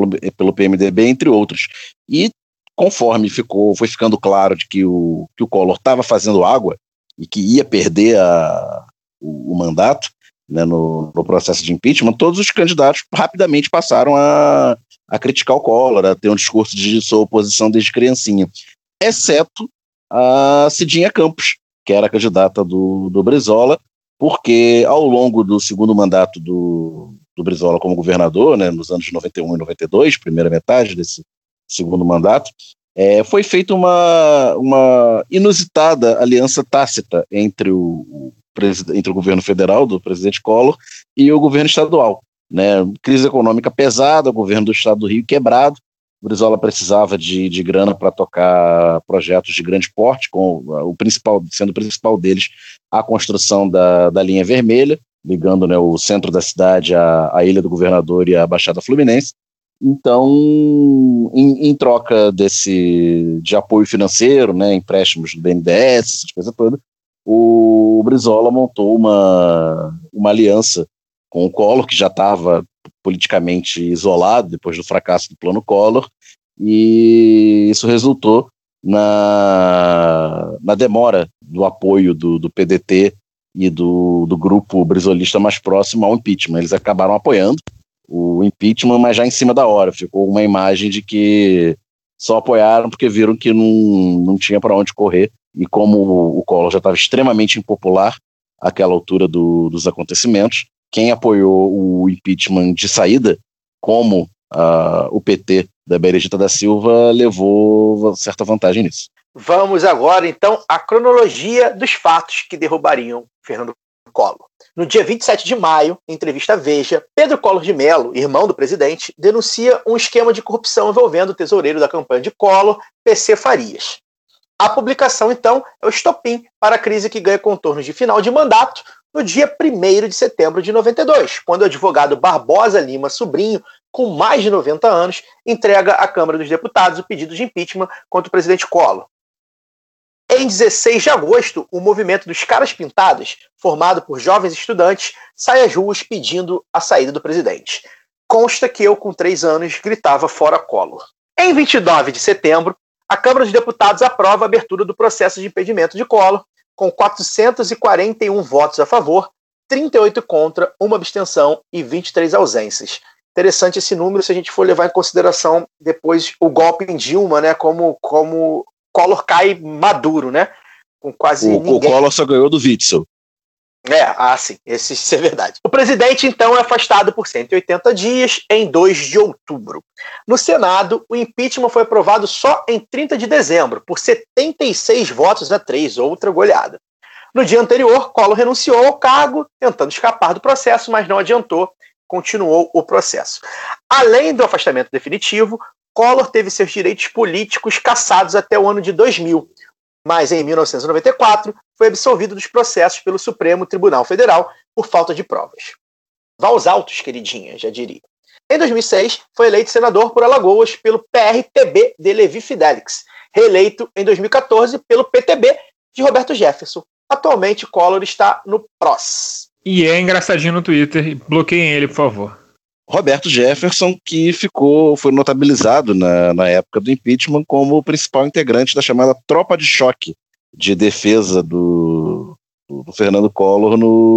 PMDB, entre outros. E conforme foi ficando claro de que o Collor estava fazendo água e que ia perder o mandato, né, no processo de impeachment, todos os candidatos rapidamente passaram a criticar o Collor, a ter um discurso de sua oposição desde criancinha, exceto a Cidinha Campos, que era a candidata do Brizola, porque ao longo do segundo mandato do Brizola como governador, né, nos anos de 91 e 92, primeira metade desse segundo mandato, foi feita uma inusitada aliança tácita entre o governo federal, do presidente Collor, e o governo estadual, né? Crise econômica pesada, o governo do estado do Rio quebrado, o Brizola precisava de grana para tocar projetos de grande porte, sendo o principal deles a construção da linha vermelha, ligando, né, o centro da cidade à Ilha do Governador e à Baixada Fluminense. Então, em troca de apoio financeiro, né, empréstimos do BNDES, essas coisas todas, o Brizola montou uma aliança com o Collor, que já estava politicamente isolado depois do fracasso do plano Collor, e isso resultou na demora do apoio do PDT e do grupo brizolista mais próximo ao impeachment. Eles acabaram apoiando o impeachment, mas já em cima da hora. Ficou uma imagem de que só apoiaram porque viram que não tinha para onde correr, e como o Collor já estava extremamente impopular àquela altura dos acontecimentos, quem apoiou o impeachment de saída, como o PT da Benedita da Silva, levou certa vantagem nisso. Vamos agora, então, à cronologia dos fatos que derrubariam Fernando Collor. No dia 27 de maio, em entrevista à Veja, Pedro Collor de Mello, irmão do presidente, denuncia um esquema de corrupção envolvendo o tesoureiro da campanha de Collor, PC Farias. A publicação, então, é o estopim para a crise que ganha contornos de final de mandato no dia 1º de setembro de 92, quando o advogado Barbosa Lima Sobrinho, com mais de 90 anos, entrega à Câmara dos Deputados o pedido de impeachment contra o presidente Collor. Em 16 de agosto, o movimento dos Caras Pintadas, formado por jovens estudantes, sai às ruas pedindo a saída do presidente. Consta que eu, com 3 anos, gritava fora Collor. Em 29 de setembro, a Câmara dos Deputados aprova a abertura do processo de impedimento de Collor, com 441 votos a favor, 38 contra, 1 abstenção e 23 ausências. Interessante esse número se a gente for levar em consideração depois o golpe em Dilma, né, como Collor cai maduro, né? Com quase ninguém. O Collor só ganhou do Witzel. Sim, isso é verdade. O presidente, então, é afastado por 180 dias em 2 de outubro. No Senado, o impeachment foi aprovado só em 30 de dezembro, por 76 votos a 3, outra goleada. No dia anterior, Collor renunciou ao cargo, tentando escapar do processo, mas não adiantou, continuou o processo. Além do afastamento definitivo, Collor teve seus direitos políticos cassados até o ano de 2000, mas em 1994 foi absolvido dos processos pelo Supremo Tribunal Federal por falta de provas. Vá aos autos, queridinha, já diria. Em 2006, foi eleito senador por Alagoas pelo PRTB de Levi Fidelix, reeleito em 2014 pelo PTB de Roberto Jefferson. Atualmente, Collor está no PROS. E é engraçadinho no Twitter, bloqueiem ele, por favor. Roberto Jefferson, que foi notabilizado na época do impeachment como o principal integrante da chamada tropa de choque de defesa do Fernando Collor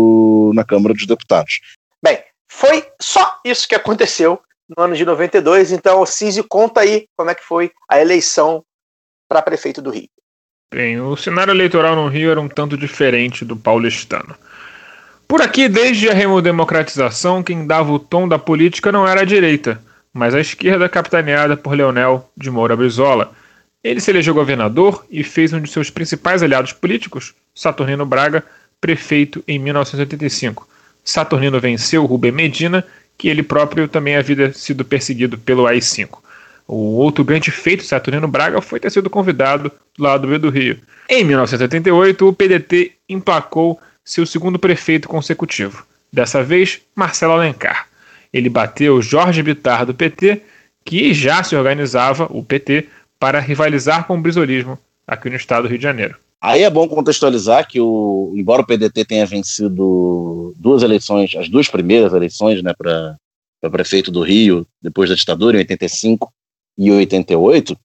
na Câmara dos Deputados. Bem, foi só isso que aconteceu no ano de 92, então o Císio conta aí como é que foi a eleição para prefeito do Rio. Bem, o cenário eleitoral no Rio era um tanto diferente do paulistano. Por aqui, desde a redemocratização, quem dava o tom da política não era a direita, mas a esquerda capitaneada por Leonel de Moura Brizola. Ele se elegeu governador e fez um de seus principais aliados políticos, Saturnino Braga, prefeito em 1985. Saturnino venceu Rubem Medina, que ele próprio também havia sido perseguido pelo AI-5. O outro grande feito de Saturnino Braga foi ter sido convidado do lado B do Rio. Em 1988, o PDT emplacou seu segundo prefeito consecutivo, dessa vez Marcelo Alencar. Ele bateu Jorge Bittar do PT, que já se organizava, o PT, para rivalizar com o brizolismo aqui no estado do Rio de Janeiro. Aí é bom contextualizar que, embora o PDT tenha vencido 2 eleições, as 2 primeiras eleições, né, para prefeito do Rio, depois da ditadura, em 85 e 88,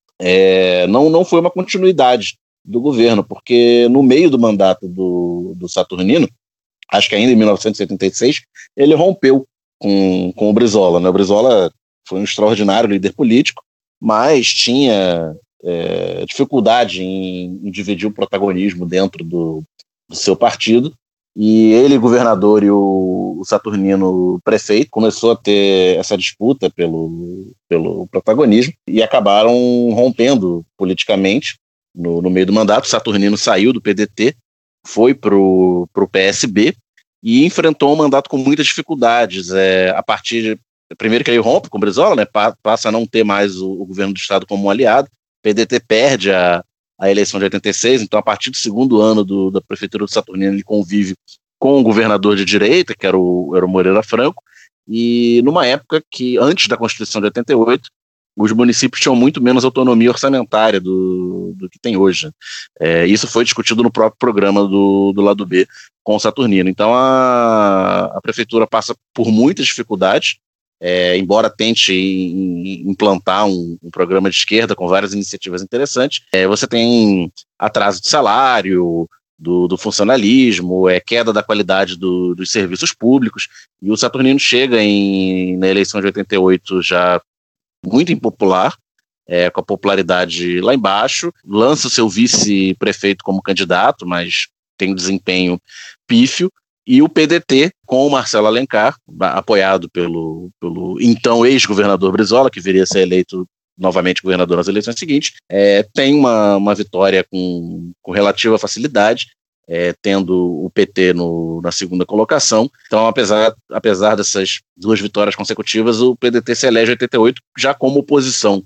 não foi uma continuidade do governo, porque no meio do mandato do Saturnino, acho que ainda em 1976, ele rompeu com o Brizola, né? O Brizola foi um extraordinário líder político, mas tinha dificuldade em dividir o protagonismo dentro do seu partido, e ele, governador, e o Saturnino, prefeito, começou a ter essa disputa pelo protagonismo e acabaram rompendo politicamente no meio do mandato. O Saturnino saiu do PDT, foi para o PSB e enfrentou um mandato com muitas dificuldades. A partir de, primeiro que ele rompe com o Brizola, né, passa a não ter mais o governo do estado como um aliado. O PDT perde a eleição de 86, então a partir do segundo ano da prefeitura do Saturnino ele convive com o governador de direita, que era o Moreira Franco, e numa época que, antes da Constituição de 88, os municípios tinham muito menos autonomia orçamentária do que tem hoje. Isso foi discutido no próprio programa do lado B com o Saturnino. Então a prefeitura passa por muitas dificuldades, embora tente implantar um programa de esquerda com várias iniciativas interessantes. Você tem atraso de salário, do funcionalismo, queda da qualidade dos serviços públicos, e o Saturnino chega na eleição de 88 já muito impopular, com a popularidade lá embaixo, lança o seu vice-prefeito como candidato, mas tem um desempenho pífio, e o PDT, com o Marcelo Alencar, apoiado pelo então ex-governador Brizola, que viria a ser eleito novamente governador nas eleições seguintes, tem uma vitória com relativa facilidade, tendo o PT na segunda colocação. Então, apesar dessas duas vitórias consecutivas, o PDT se elege em 88 já como oposição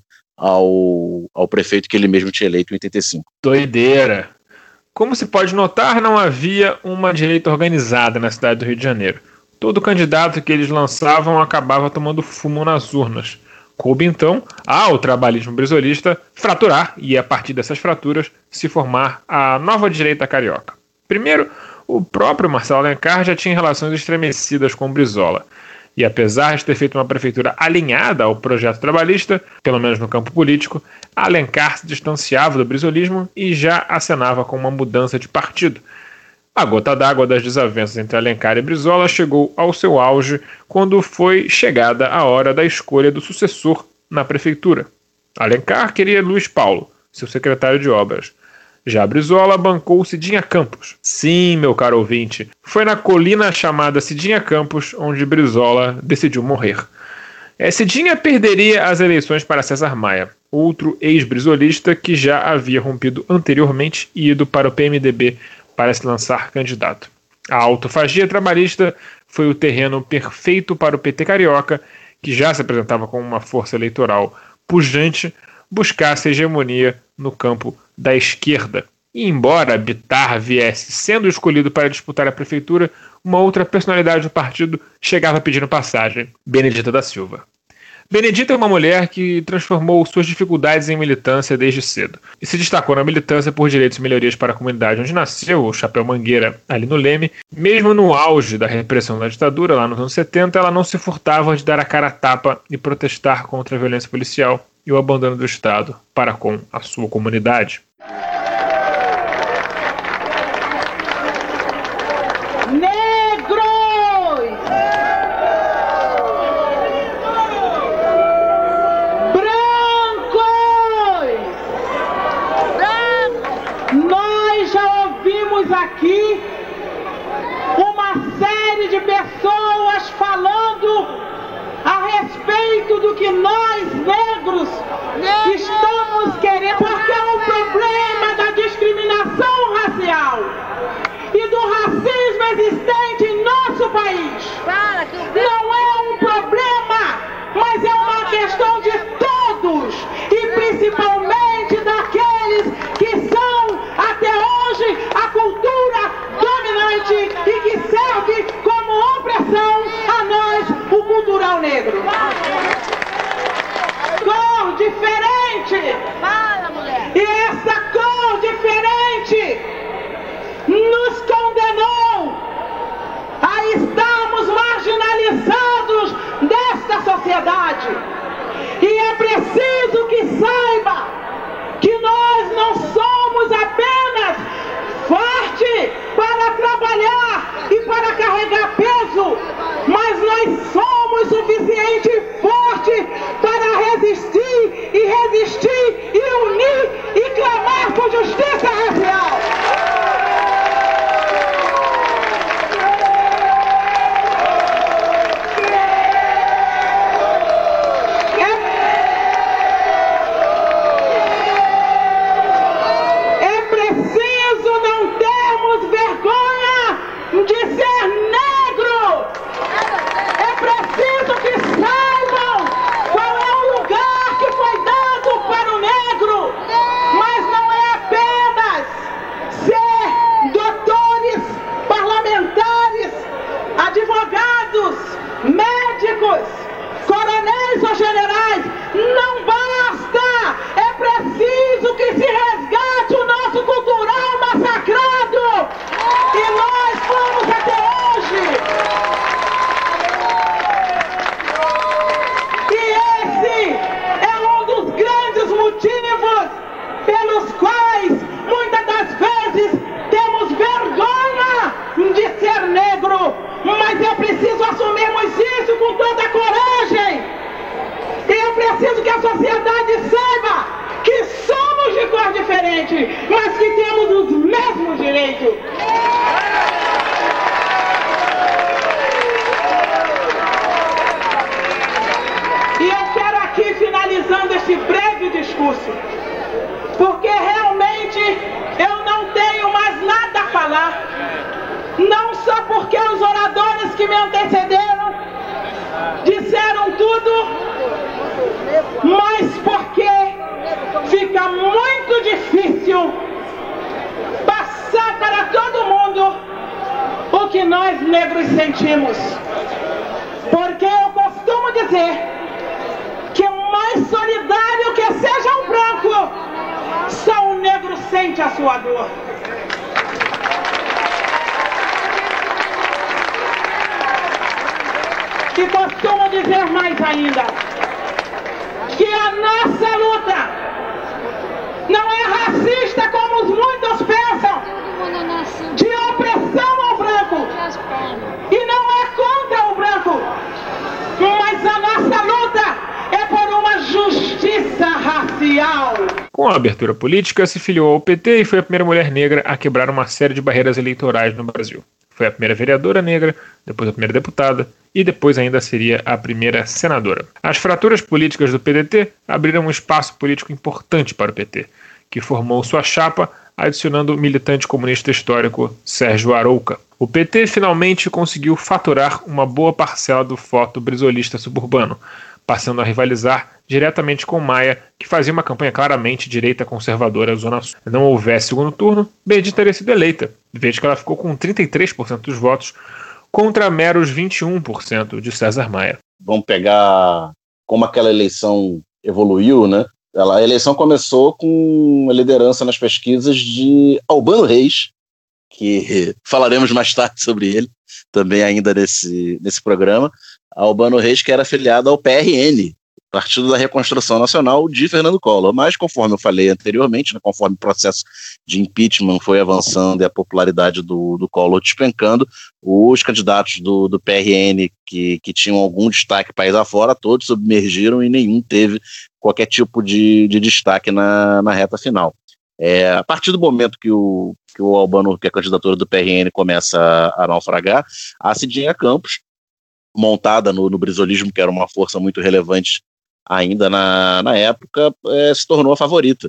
ao prefeito que ele mesmo tinha eleito em 85. Doideira! Como se pode notar, não havia uma direita organizada na cidade do Rio de Janeiro. Todo candidato que eles lançavam acabava tomando fumo nas urnas. Coube, então, ao trabalhismo brizolista fraturar e, a partir dessas fraturas, se formar a nova direita carioca. Primeiro, o próprio Marcelo Alencar já tinha relações estremecidas com o Brizola. E apesar de ter feito uma prefeitura alinhada ao projeto trabalhista, pelo menos no campo político, Alencar se distanciava do brizolismo e já acenava com uma mudança de partido. A gota d'água das desavenças entre Alencar e Brizola chegou ao seu auge quando foi chegada a hora da escolha do sucessor na prefeitura. Alencar queria Luiz Paulo, seu secretário de obras. Já Brizola bancou Cidinha Campos. Sim, meu caro ouvinte, foi na colina chamada Cidinha Campos onde Brizola decidiu morrer. Cidinha perderia as eleições para César Maia, outro ex-brizolista que já havia rompido anteriormente e ido para o PMDB para se lançar candidato. A autofagia trabalhista foi o terreno perfeito para o PT carioca, que já se apresentava como uma força eleitoral pujante, buscasse hegemonia no campo da esquerda. E embora Bittar viesse sendo escolhido para disputar a prefeitura, uma outra personalidade do partido chegava pedindo passagem: Benedita da Silva. Benedita é uma mulher que transformou suas dificuldades em militância desde cedo e se destacou na militância por direitos e melhorias para a comunidade onde nasceu, o Chapéu Mangueira, ali no Leme. Mesmo no auge da repressão da ditadura, lá nos anos 70, ela não se furtava de dar a cara a tapa e protestar contra a violência policial e o abandono do Estado para com a sua comunidade. Aqui uma série de pessoas falando a respeito do que nós negros estamos querendo, porque é um problema da discriminação racial e do racismo existente em nosso país. Não é um problema, mas é uma questão de todos e principalmente daqueles que são até hoje a cultura dominante e que serve como opressão a nós, o cultural negro. Cor diferente. Fala, mulher. E essa cor diferente nos condenou a estarmos marginalizados desta sociedade. E é preciso que saiba que nós não somos apenas fortes para trabalhar e para carregar peso, mas nós somos suficiente e forte para resistir e unir e clamar por justiça racial. É preciso não termos vergonha de ser negro. É preciso que saibam qual é o lugar que foi dado para o negro. Mas não é apenas ser doutores, parlamentares, advogados, médicos, coronéis ou generais. Não basta. É preciso que se resgate o nosso cultural massacrado. E nós fomos até hoje. E esse é um dos grandes motivos pelos quais, muitas das vezes, temos vergonha de ser negro. Mas é preciso assumirmos isso com toda a coragem. E é preciso que a sociedade saiba que somos de cor diferente, mas que temos os mesmos direitos. E eu quero aqui, finalizando este breve discurso, porque realmente eu não tenho mais nada a falar. Não só porque os oradores que me antecederam disseram tudo, mas porque fica muito difícil passar para todo mundo o que nós negros sentimos. Porque eu costumo dizer que o mais solidário que seja um branco, só um negro sente a sua dor. E costumo dizer mais ainda, que a nossa luta não é racista como muitos pensam, de opressão ao branco, e não é contra o branco, mas a nossa luta é por uma justiça racial. Com a abertura política, se filiou ao PT e foi a primeira mulher negra a quebrar uma série de barreiras eleitorais no Brasil. Foi a primeira vereadora negra, depois a primeira deputada e depois ainda seria a primeira senadora. As fraturas políticas do PDT abriram um espaço político importante para o PT, que formou sua chapa adicionando o militante comunista histórico Sérgio Arouca. O PT finalmente conseguiu faturar uma boa parcela do voto brisolista suburbano, passando a rivalizar diretamente com Maia, que fazia uma campanha claramente direita conservadora à Zona Sul. Se não houvesse segundo turno, Benedita teria sido eleita, desde que ela ficou com 33% dos votos, contra meros 21% de César Maia. Vamos pegar como aquela eleição evoluiu, né? A eleição começou com a liderança nas pesquisas de Albano Reis, que falaremos mais tarde sobre ele, também ainda nesse programa. Albano Reis, que era afiliado ao PRN, Partido da Reconstrução Nacional de Fernando Collor. Mas, conforme eu falei anteriormente, né, conforme o processo de impeachment foi avançando e a popularidade do Collor despencando, os candidatos do PRN que tinham algum destaque país afora, todos submergiram e nenhum teve qualquer tipo de destaque na reta final. A partir do momento que o Albano, que a candidatura do PRN começa a naufragar, a Cidinha Campos, montada no brisolismo, que era uma força muito relevante ainda na época, se tornou a favorita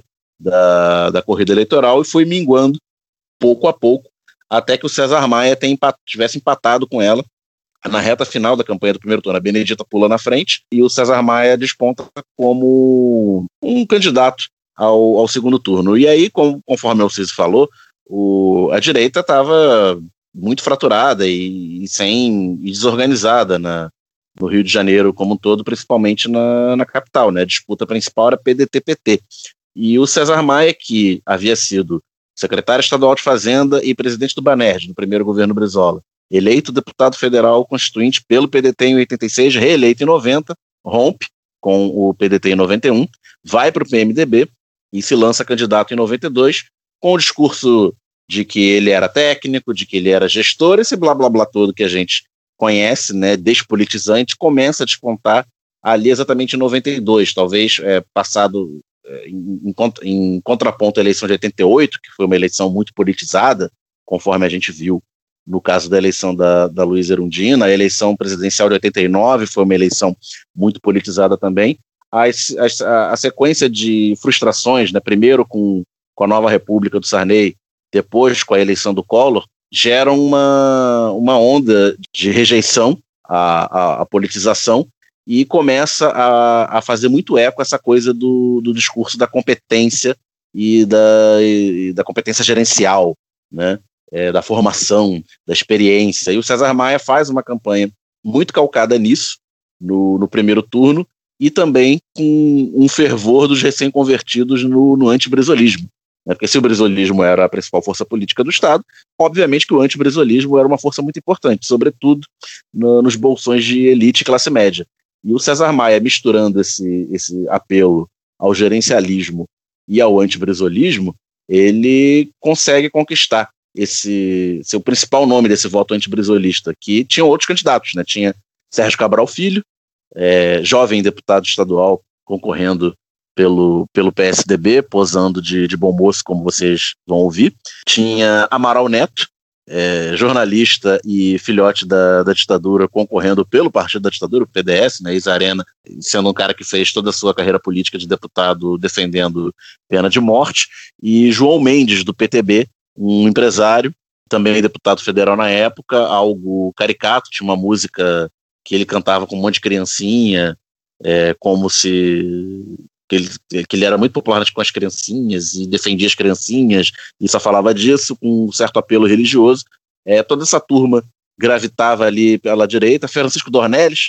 da corrida eleitoral e foi minguando pouco a pouco, até que o César Maia tivesse empatado com ela na reta final da campanha do primeiro turno. A Benedita pula na frente e o César Maia desponta como um candidato ao segundo turno. E aí, conforme o Alciso falou, a direita estava muito fraturada e desorganizada no Rio de Janeiro como um todo, principalmente na capital, né? A disputa principal era PDT-PT. E o César Maia, que havia sido secretário estadual de Fazenda e presidente do Banerj, no primeiro governo Brizola, eleito deputado federal constituinte pelo PDT em 86, reeleito em 90, rompe com o PDT em 91, vai para o PMDB e se lança candidato em 92, com o discurso de que ele era técnico, de que ele era gestor, esse blá blá blá todo que a gente conhece, né, despolitizante, começa a despontar ali exatamente em 92, talvez passado em contraponto à eleição de 88, que foi uma eleição muito politizada, conforme a gente viu no caso da eleição da Luísa Erundina. A eleição presidencial de 89 foi uma eleição muito politizada também. A sequência de frustrações, né, primeiro com a nova República do Sarney, depois com a eleição do Collor, geram uma onda de rejeição à politização e começa a fazer muito eco essa coisa do discurso da competência e da competência gerencial, né? Da formação, da experiência. E o César Maia faz uma campanha muito calcada nisso, no primeiro turno, e também com um fervor dos recém-convertidos no antibrizolismo. Porque se o brizolismo era a principal força política do Estado, obviamente que o antibrizolismo era uma força muito importante, sobretudo nos bolsões de elite e classe média. E o César Maia, misturando esse apelo ao gerencialismo e ao antibrizolismo, ele consegue conquistar seu principal nome desse voto antibrizolista, que tinha outros candidatos, né? Tinha Sérgio Cabral Filho, jovem deputado estadual, concorrendo pelo PSDB, posando de bom moço, como vocês vão ouvir. Tinha Amaral Neto, jornalista e filhote da ditadura, concorrendo pelo Partido da Ditadura, o PDS, né, ex-Arena, sendo um cara que fez toda a sua carreira política de deputado defendendo pena de morte. E João Mendes, do PTB, um empresário, também deputado federal na época, algo caricato, tinha uma música que ele cantava com um monte de criancinha, como se... que ele era muito popular com as criancinhas e defendia as criancinhas e só falava disso com um certo apelo religioso. Toda essa turma gravitava ali pela direita. Francisco Dornelles,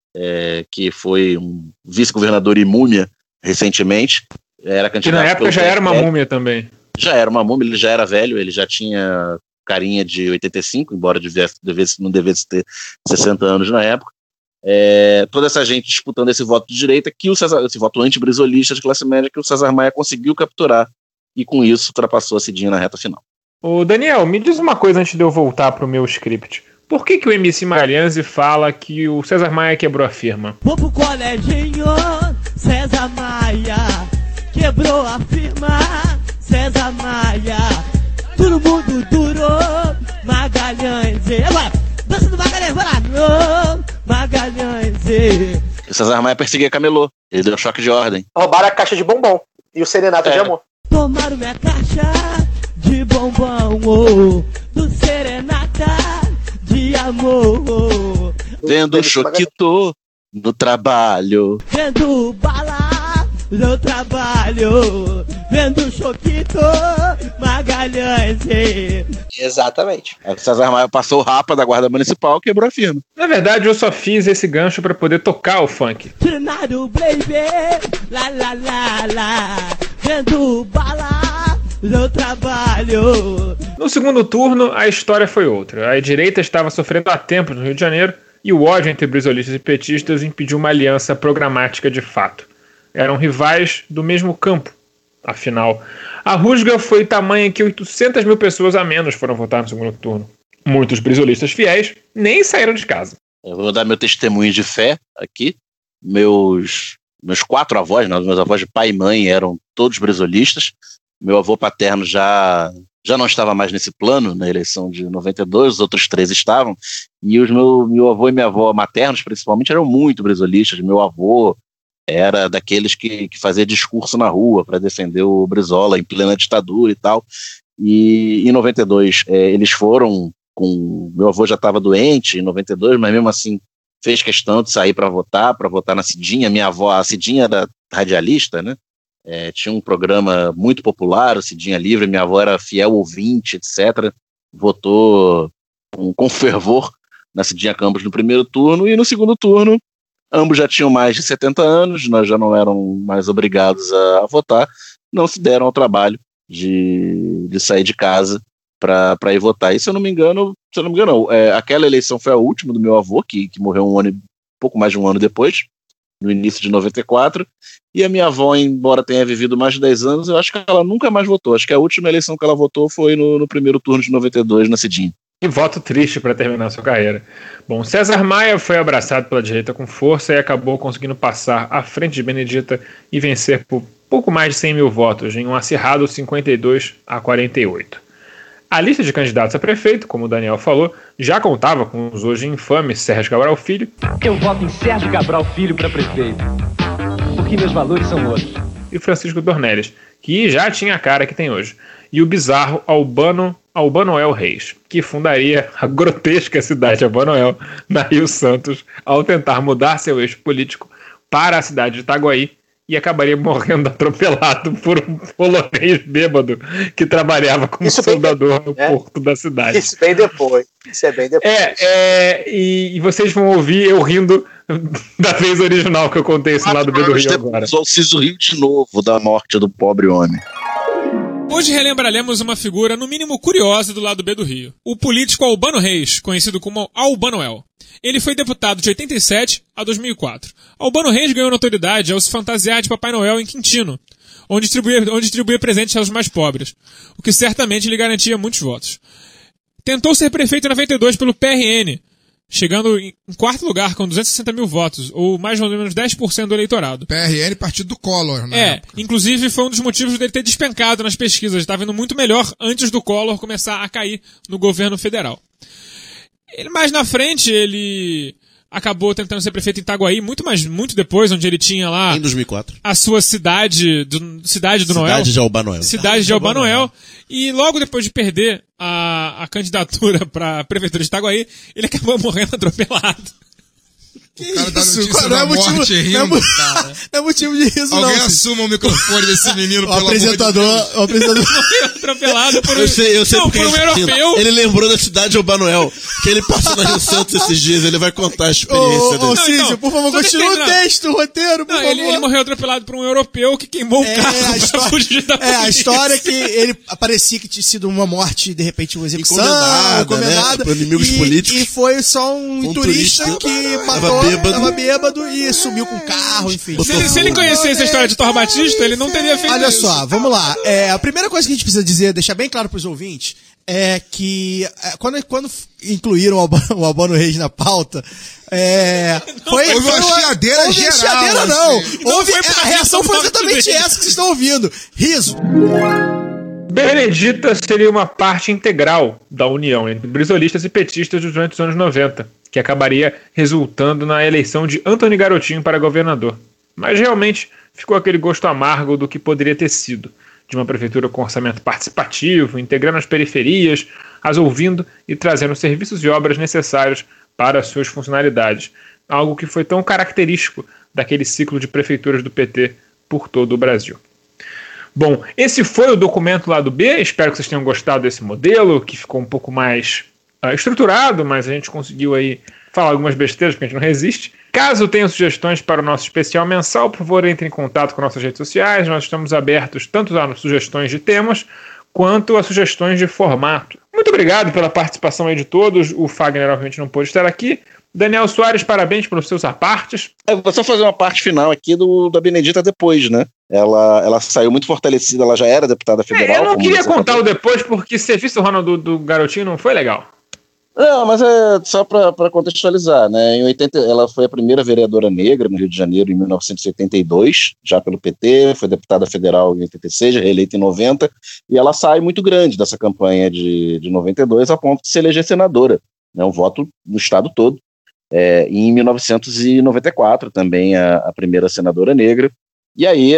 que foi um vice-governador e múmia recentemente, era candidato. Que na época já era uma múmia também. Já era uma múmia, ele já era velho, ele já tinha carinha de 85, embora não devesse ter 60 anos na época. Toda essa gente disputando esse voto de direita, esse voto anti-brizolista de classe média, que o César Maia conseguiu capturar e com isso ultrapassou a Cidinha na reta final. Ô Daniel, me diz uma coisa antes de eu voltar pro meu script. Por que o MC Magalhães fala que o César Maia quebrou a firma? Vou pro coleginho, César Maia quebrou a firma, César Maia, todo mundo durou, Magalhães. Agora, dança do Magalhães, vai lá! Magalhães. O César Maia perseguia camelô, ele deu choque de ordem. Roubaram a caixa de bombom e o serenata de amor. Tomaram minha caixa de bombom, do serenata de amor. Vendo choquito no trabalho. Vendo bala no trabalho. Vendo choquito, Magalhães. Exatamente. O César Maia passou o rapa da Guarda Municipal e quebrou a firma. Na verdade, eu só fiz esse gancho pra poder tocar o funk. Trinado, baby, lá, lá, lá, lá. Vendo bala no trabalho. No segundo turno, a história foi outra. A direita estava sofrendo há tempo no Rio de Janeiro e o ódio entre brizolistas e petistas impediu uma aliança programática de fato. Eram rivais do mesmo campo. Afinal, a rusga foi tamanha que 800 mil pessoas a menos foram votar no segundo turno. Muitos brizolistas fiéis nem saíram de casa. Eu vou dar meu testemunho de fé aqui. Meus 4 avós, né, meus avós de pai e mãe eram todos brizolistas. Meu avô paterno já não estava mais nesse plano na eleição de 92, os outros 3 estavam. E meu avô e minha avó maternos, principalmente, eram muito brizolistas. Meu avô era daqueles que fazia discurso na rua para defender o Brizola em plena ditadura e tal. E em 92 eles foram meu avô já estava doente em 92, mas mesmo assim fez questão de sair para votar na Cidinha. Minha avó, a Cidinha era radialista, né? Tinha um programa muito popular, o Cidinha Livre, minha avó era fiel ouvinte, etc. Votou com fervor na Cidinha Campos no primeiro turno, e no segundo turno ambos já tinham mais de 70 anos, nós já não eram mais obrigados a votar, não se deram ao trabalho de sair de casa para ir votar. E se eu não me engano, aquela eleição foi a última do meu avô, que morreu pouco mais de um ano depois, no início de 94, e a minha avó, embora tenha vivido mais de 10 anos, eu acho que ela nunca mais votou. Acho que a última eleição que ela votou foi no primeiro turno de 92, na Cidinha. Que voto triste para terminar sua carreira. Bom, César Maia foi abraçado pela direita com força e acabou conseguindo passar à frente de Benedita e vencer por pouco mais de 100 mil votos, em um acirrado 52-48. A lista de candidatos a prefeito, como o Daniel falou, já contava com os hoje infames Sérgio Cabral Filho. Eu voto em Sérgio Cabral Filho para prefeito, porque meus valores são outros. E Francisco Dornelles, que já tinha a cara que tem hoje. E o bizarro Albanoel Reis, que fundaria a grotesca cidade Albanoel, na Rio Santos, ao tentar mudar seu eixo político para a cidade de Itaguaí, e acabaria morrendo atropelado por um polonês bêbado que trabalhava como soldador no porto da cidade. Isso é bem depois. E vocês vão ouvir eu rindo da vez original que eu contei esse lado B do Rio agora. Só o Ciso riu de novo da morte do pobre homem. Hoje relembraremos uma figura, no mínimo curiosa, do lado B do Rio. O político Albano Reis, conhecido como Albanoel. Ele foi deputado de 87 a 2004. Albano Reis ganhou notoriedade ao se fantasiar de Papai Noel em Quintino, onde distribuía presentes aos mais pobres, o que certamente lhe garantia muitos votos. Tentou ser prefeito em 92 pelo PRN, chegando em quarto lugar com 260 mil votos, ou mais ou menos 10% do eleitorado. PRN, partido do Collor, né? Inclusive foi um dos motivos dele ter despencado nas pesquisas. Estava indo muito melhor antes do Collor começar a cair no governo federal. Mais na frente, ele acabou tentando ser prefeito em Itaguaí, muito depois, onde ele tinha lá... Em 2004. A sua cidade do Noel. Cidade de Albanoel. Cidade de Albanoel. E logo depois de perder a candidatura para a prefeitura de Itaguaí, ele acabou morrendo atropelado. O cara dá notícia da morte rindo, cara. Não é motivo de riso, Alguém não. assuma o microfone desse menino, o apresentador Morreu atropelado por um... Eu sei por um europeu. Ele lembrou da cidade de Albanoel, que ele passou na Rio Santos esses dias. Ele vai contar a experiência dele. Cícero, por favor, continua o texto, o roteiro, por favor. Ele morreu atropelado por um europeu que queimou o carro pra fugir da polícia. A história é que ele parecia que tinha sido uma morte, de repente, uma execução, encomendada, né? Por inimigos políticos. E foi só um turista que matou... Tava bêbado e sumiu com o carro, enfim. Se ele conhecesse a história de Thor Batista, ele não teria feito isso. Olha só, vamos lá. A primeira coisa que a gente precisa dizer, deixar bem claro pros ouvintes, é que quando incluíram o Albano Reis na pauta, houve uma chiadeira geral. Chiadeira, não. Assim. A reação foi exatamente essa que vocês estão ouvindo. Riso. Benedita seria uma parte integral da união entre brizolistas e petistas durante os anos 90, que acabaria resultando na eleição de Antony Garotinho para governador. Mas realmente ficou aquele gosto amargo do que poderia ter sido, de uma prefeitura com orçamento participativo, integrando as periferias, as ouvindo e trazendo os serviços e obras necessários para as suas funcionalidades, algo que foi tão característico daquele ciclo de prefeituras do PT por todo o Brasil. Bom, esse foi o documento Lado B, espero que vocês tenham gostado desse modelo, que ficou um pouco mais estruturado, mas a gente conseguiu aí falar algumas besteiras, porque a gente não resiste. Caso tenham sugestões para o nosso especial mensal, por favor, entre em contato com nossas redes sociais, nós estamos abertos tanto a sugestões de temas, quanto a sugestões de formato. Muito obrigado pela participação aí de todos, o Fagner obviamente não pôde estar aqui. Daniel Soares, parabéns pelos seus apartes. Vou só fazer uma parte final aqui da Benedita depois, né? Ela saiu muito fortalecida, ela já era deputada federal. Eu não queria contar o depois, porque ser vice-Ronald do Garotinho não foi legal. Não, mas é só para contextualizar, né? Em 80, ela foi a primeira vereadora negra no Rio de Janeiro em 1982, já pelo PT, foi deputada federal em 86, reeleita em 90, e ela sai muito grande dessa campanha de 92, a ponto de se eleger senadora, né? Um voto no estado todo. Em 1994 também a primeira senadora negra, e aí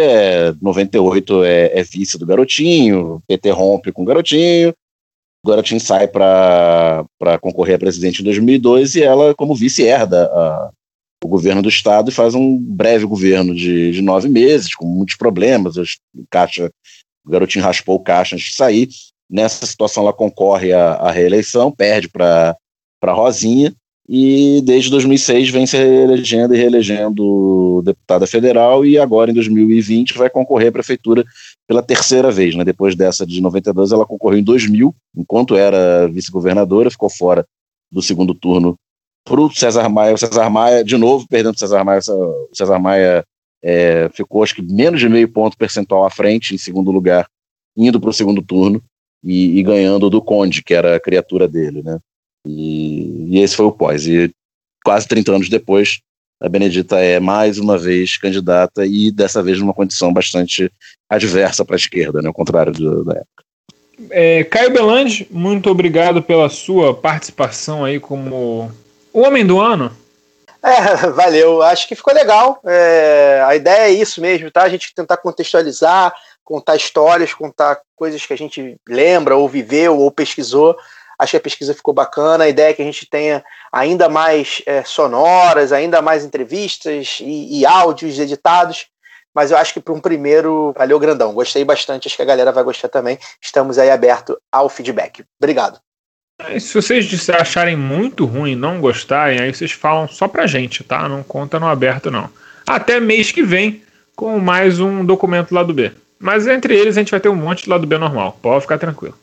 98 é vice do Garotinho, o PT rompe com o Garotinho sai para concorrer a presidente em 2002 e ela como vice herda o governo do estado e faz um breve governo de 9 meses, com muitos problemas, o Garotinho raspou o caixa antes de sair. Nessa situação ela concorre à reeleição, perde para Rosinha, e desde 2006 vem se reelegendo e reelegendo deputada federal, e agora em 2020 vai concorrer à prefeitura pela terceira vez, né? Depois dessa de 92 ela concorreu em 2000, enquanto era vice-governadora, ficou fora do segundo turno pro César Maia. O César Maia, de novo, perdendo o César Maia. O César Maia ficou, acho que, menos de meio ponto percentual à frente, em segundo lugar, indo para o segundo turno e ganhando do Conde, que era a criatura dele, né? E esse foi o pós. E quase 30 anos depois, a Benedita é mais uma vez candidata e dessa vez numa condição bastante adversa para a esquerda, né? Ao contrário da época. Caio Belandi, muito obrigado pela sua participação aí como o Homem do Ano. Valeu, acho que ficou legal. A ideia é isso mesmo, tá? A gente tentar contextualizar, contar histórias, contar coisas que a gente lembra, ou viveu, ou pesquisou. Acho que a pesquisa ficou bacana. A ideia é que a gente tenha ainda mais sonoras, ainda mais entrevistas e áudios editados. Mas eu acho que para um primeiro, valeu grandão. Gostei bastante, acho que a galera vai gostar também. Estamos aí abertos ao feedback. Obrigado. Se vocês acharem muito ruim, não gostarem, aí vocês falam só pra gente, tá? Não conta no aberto, não. Até mês que vem, com mais um documento lado B. Mas entre eles a gente vai ter um monte de lado B normal. Pode ficar tranquilo.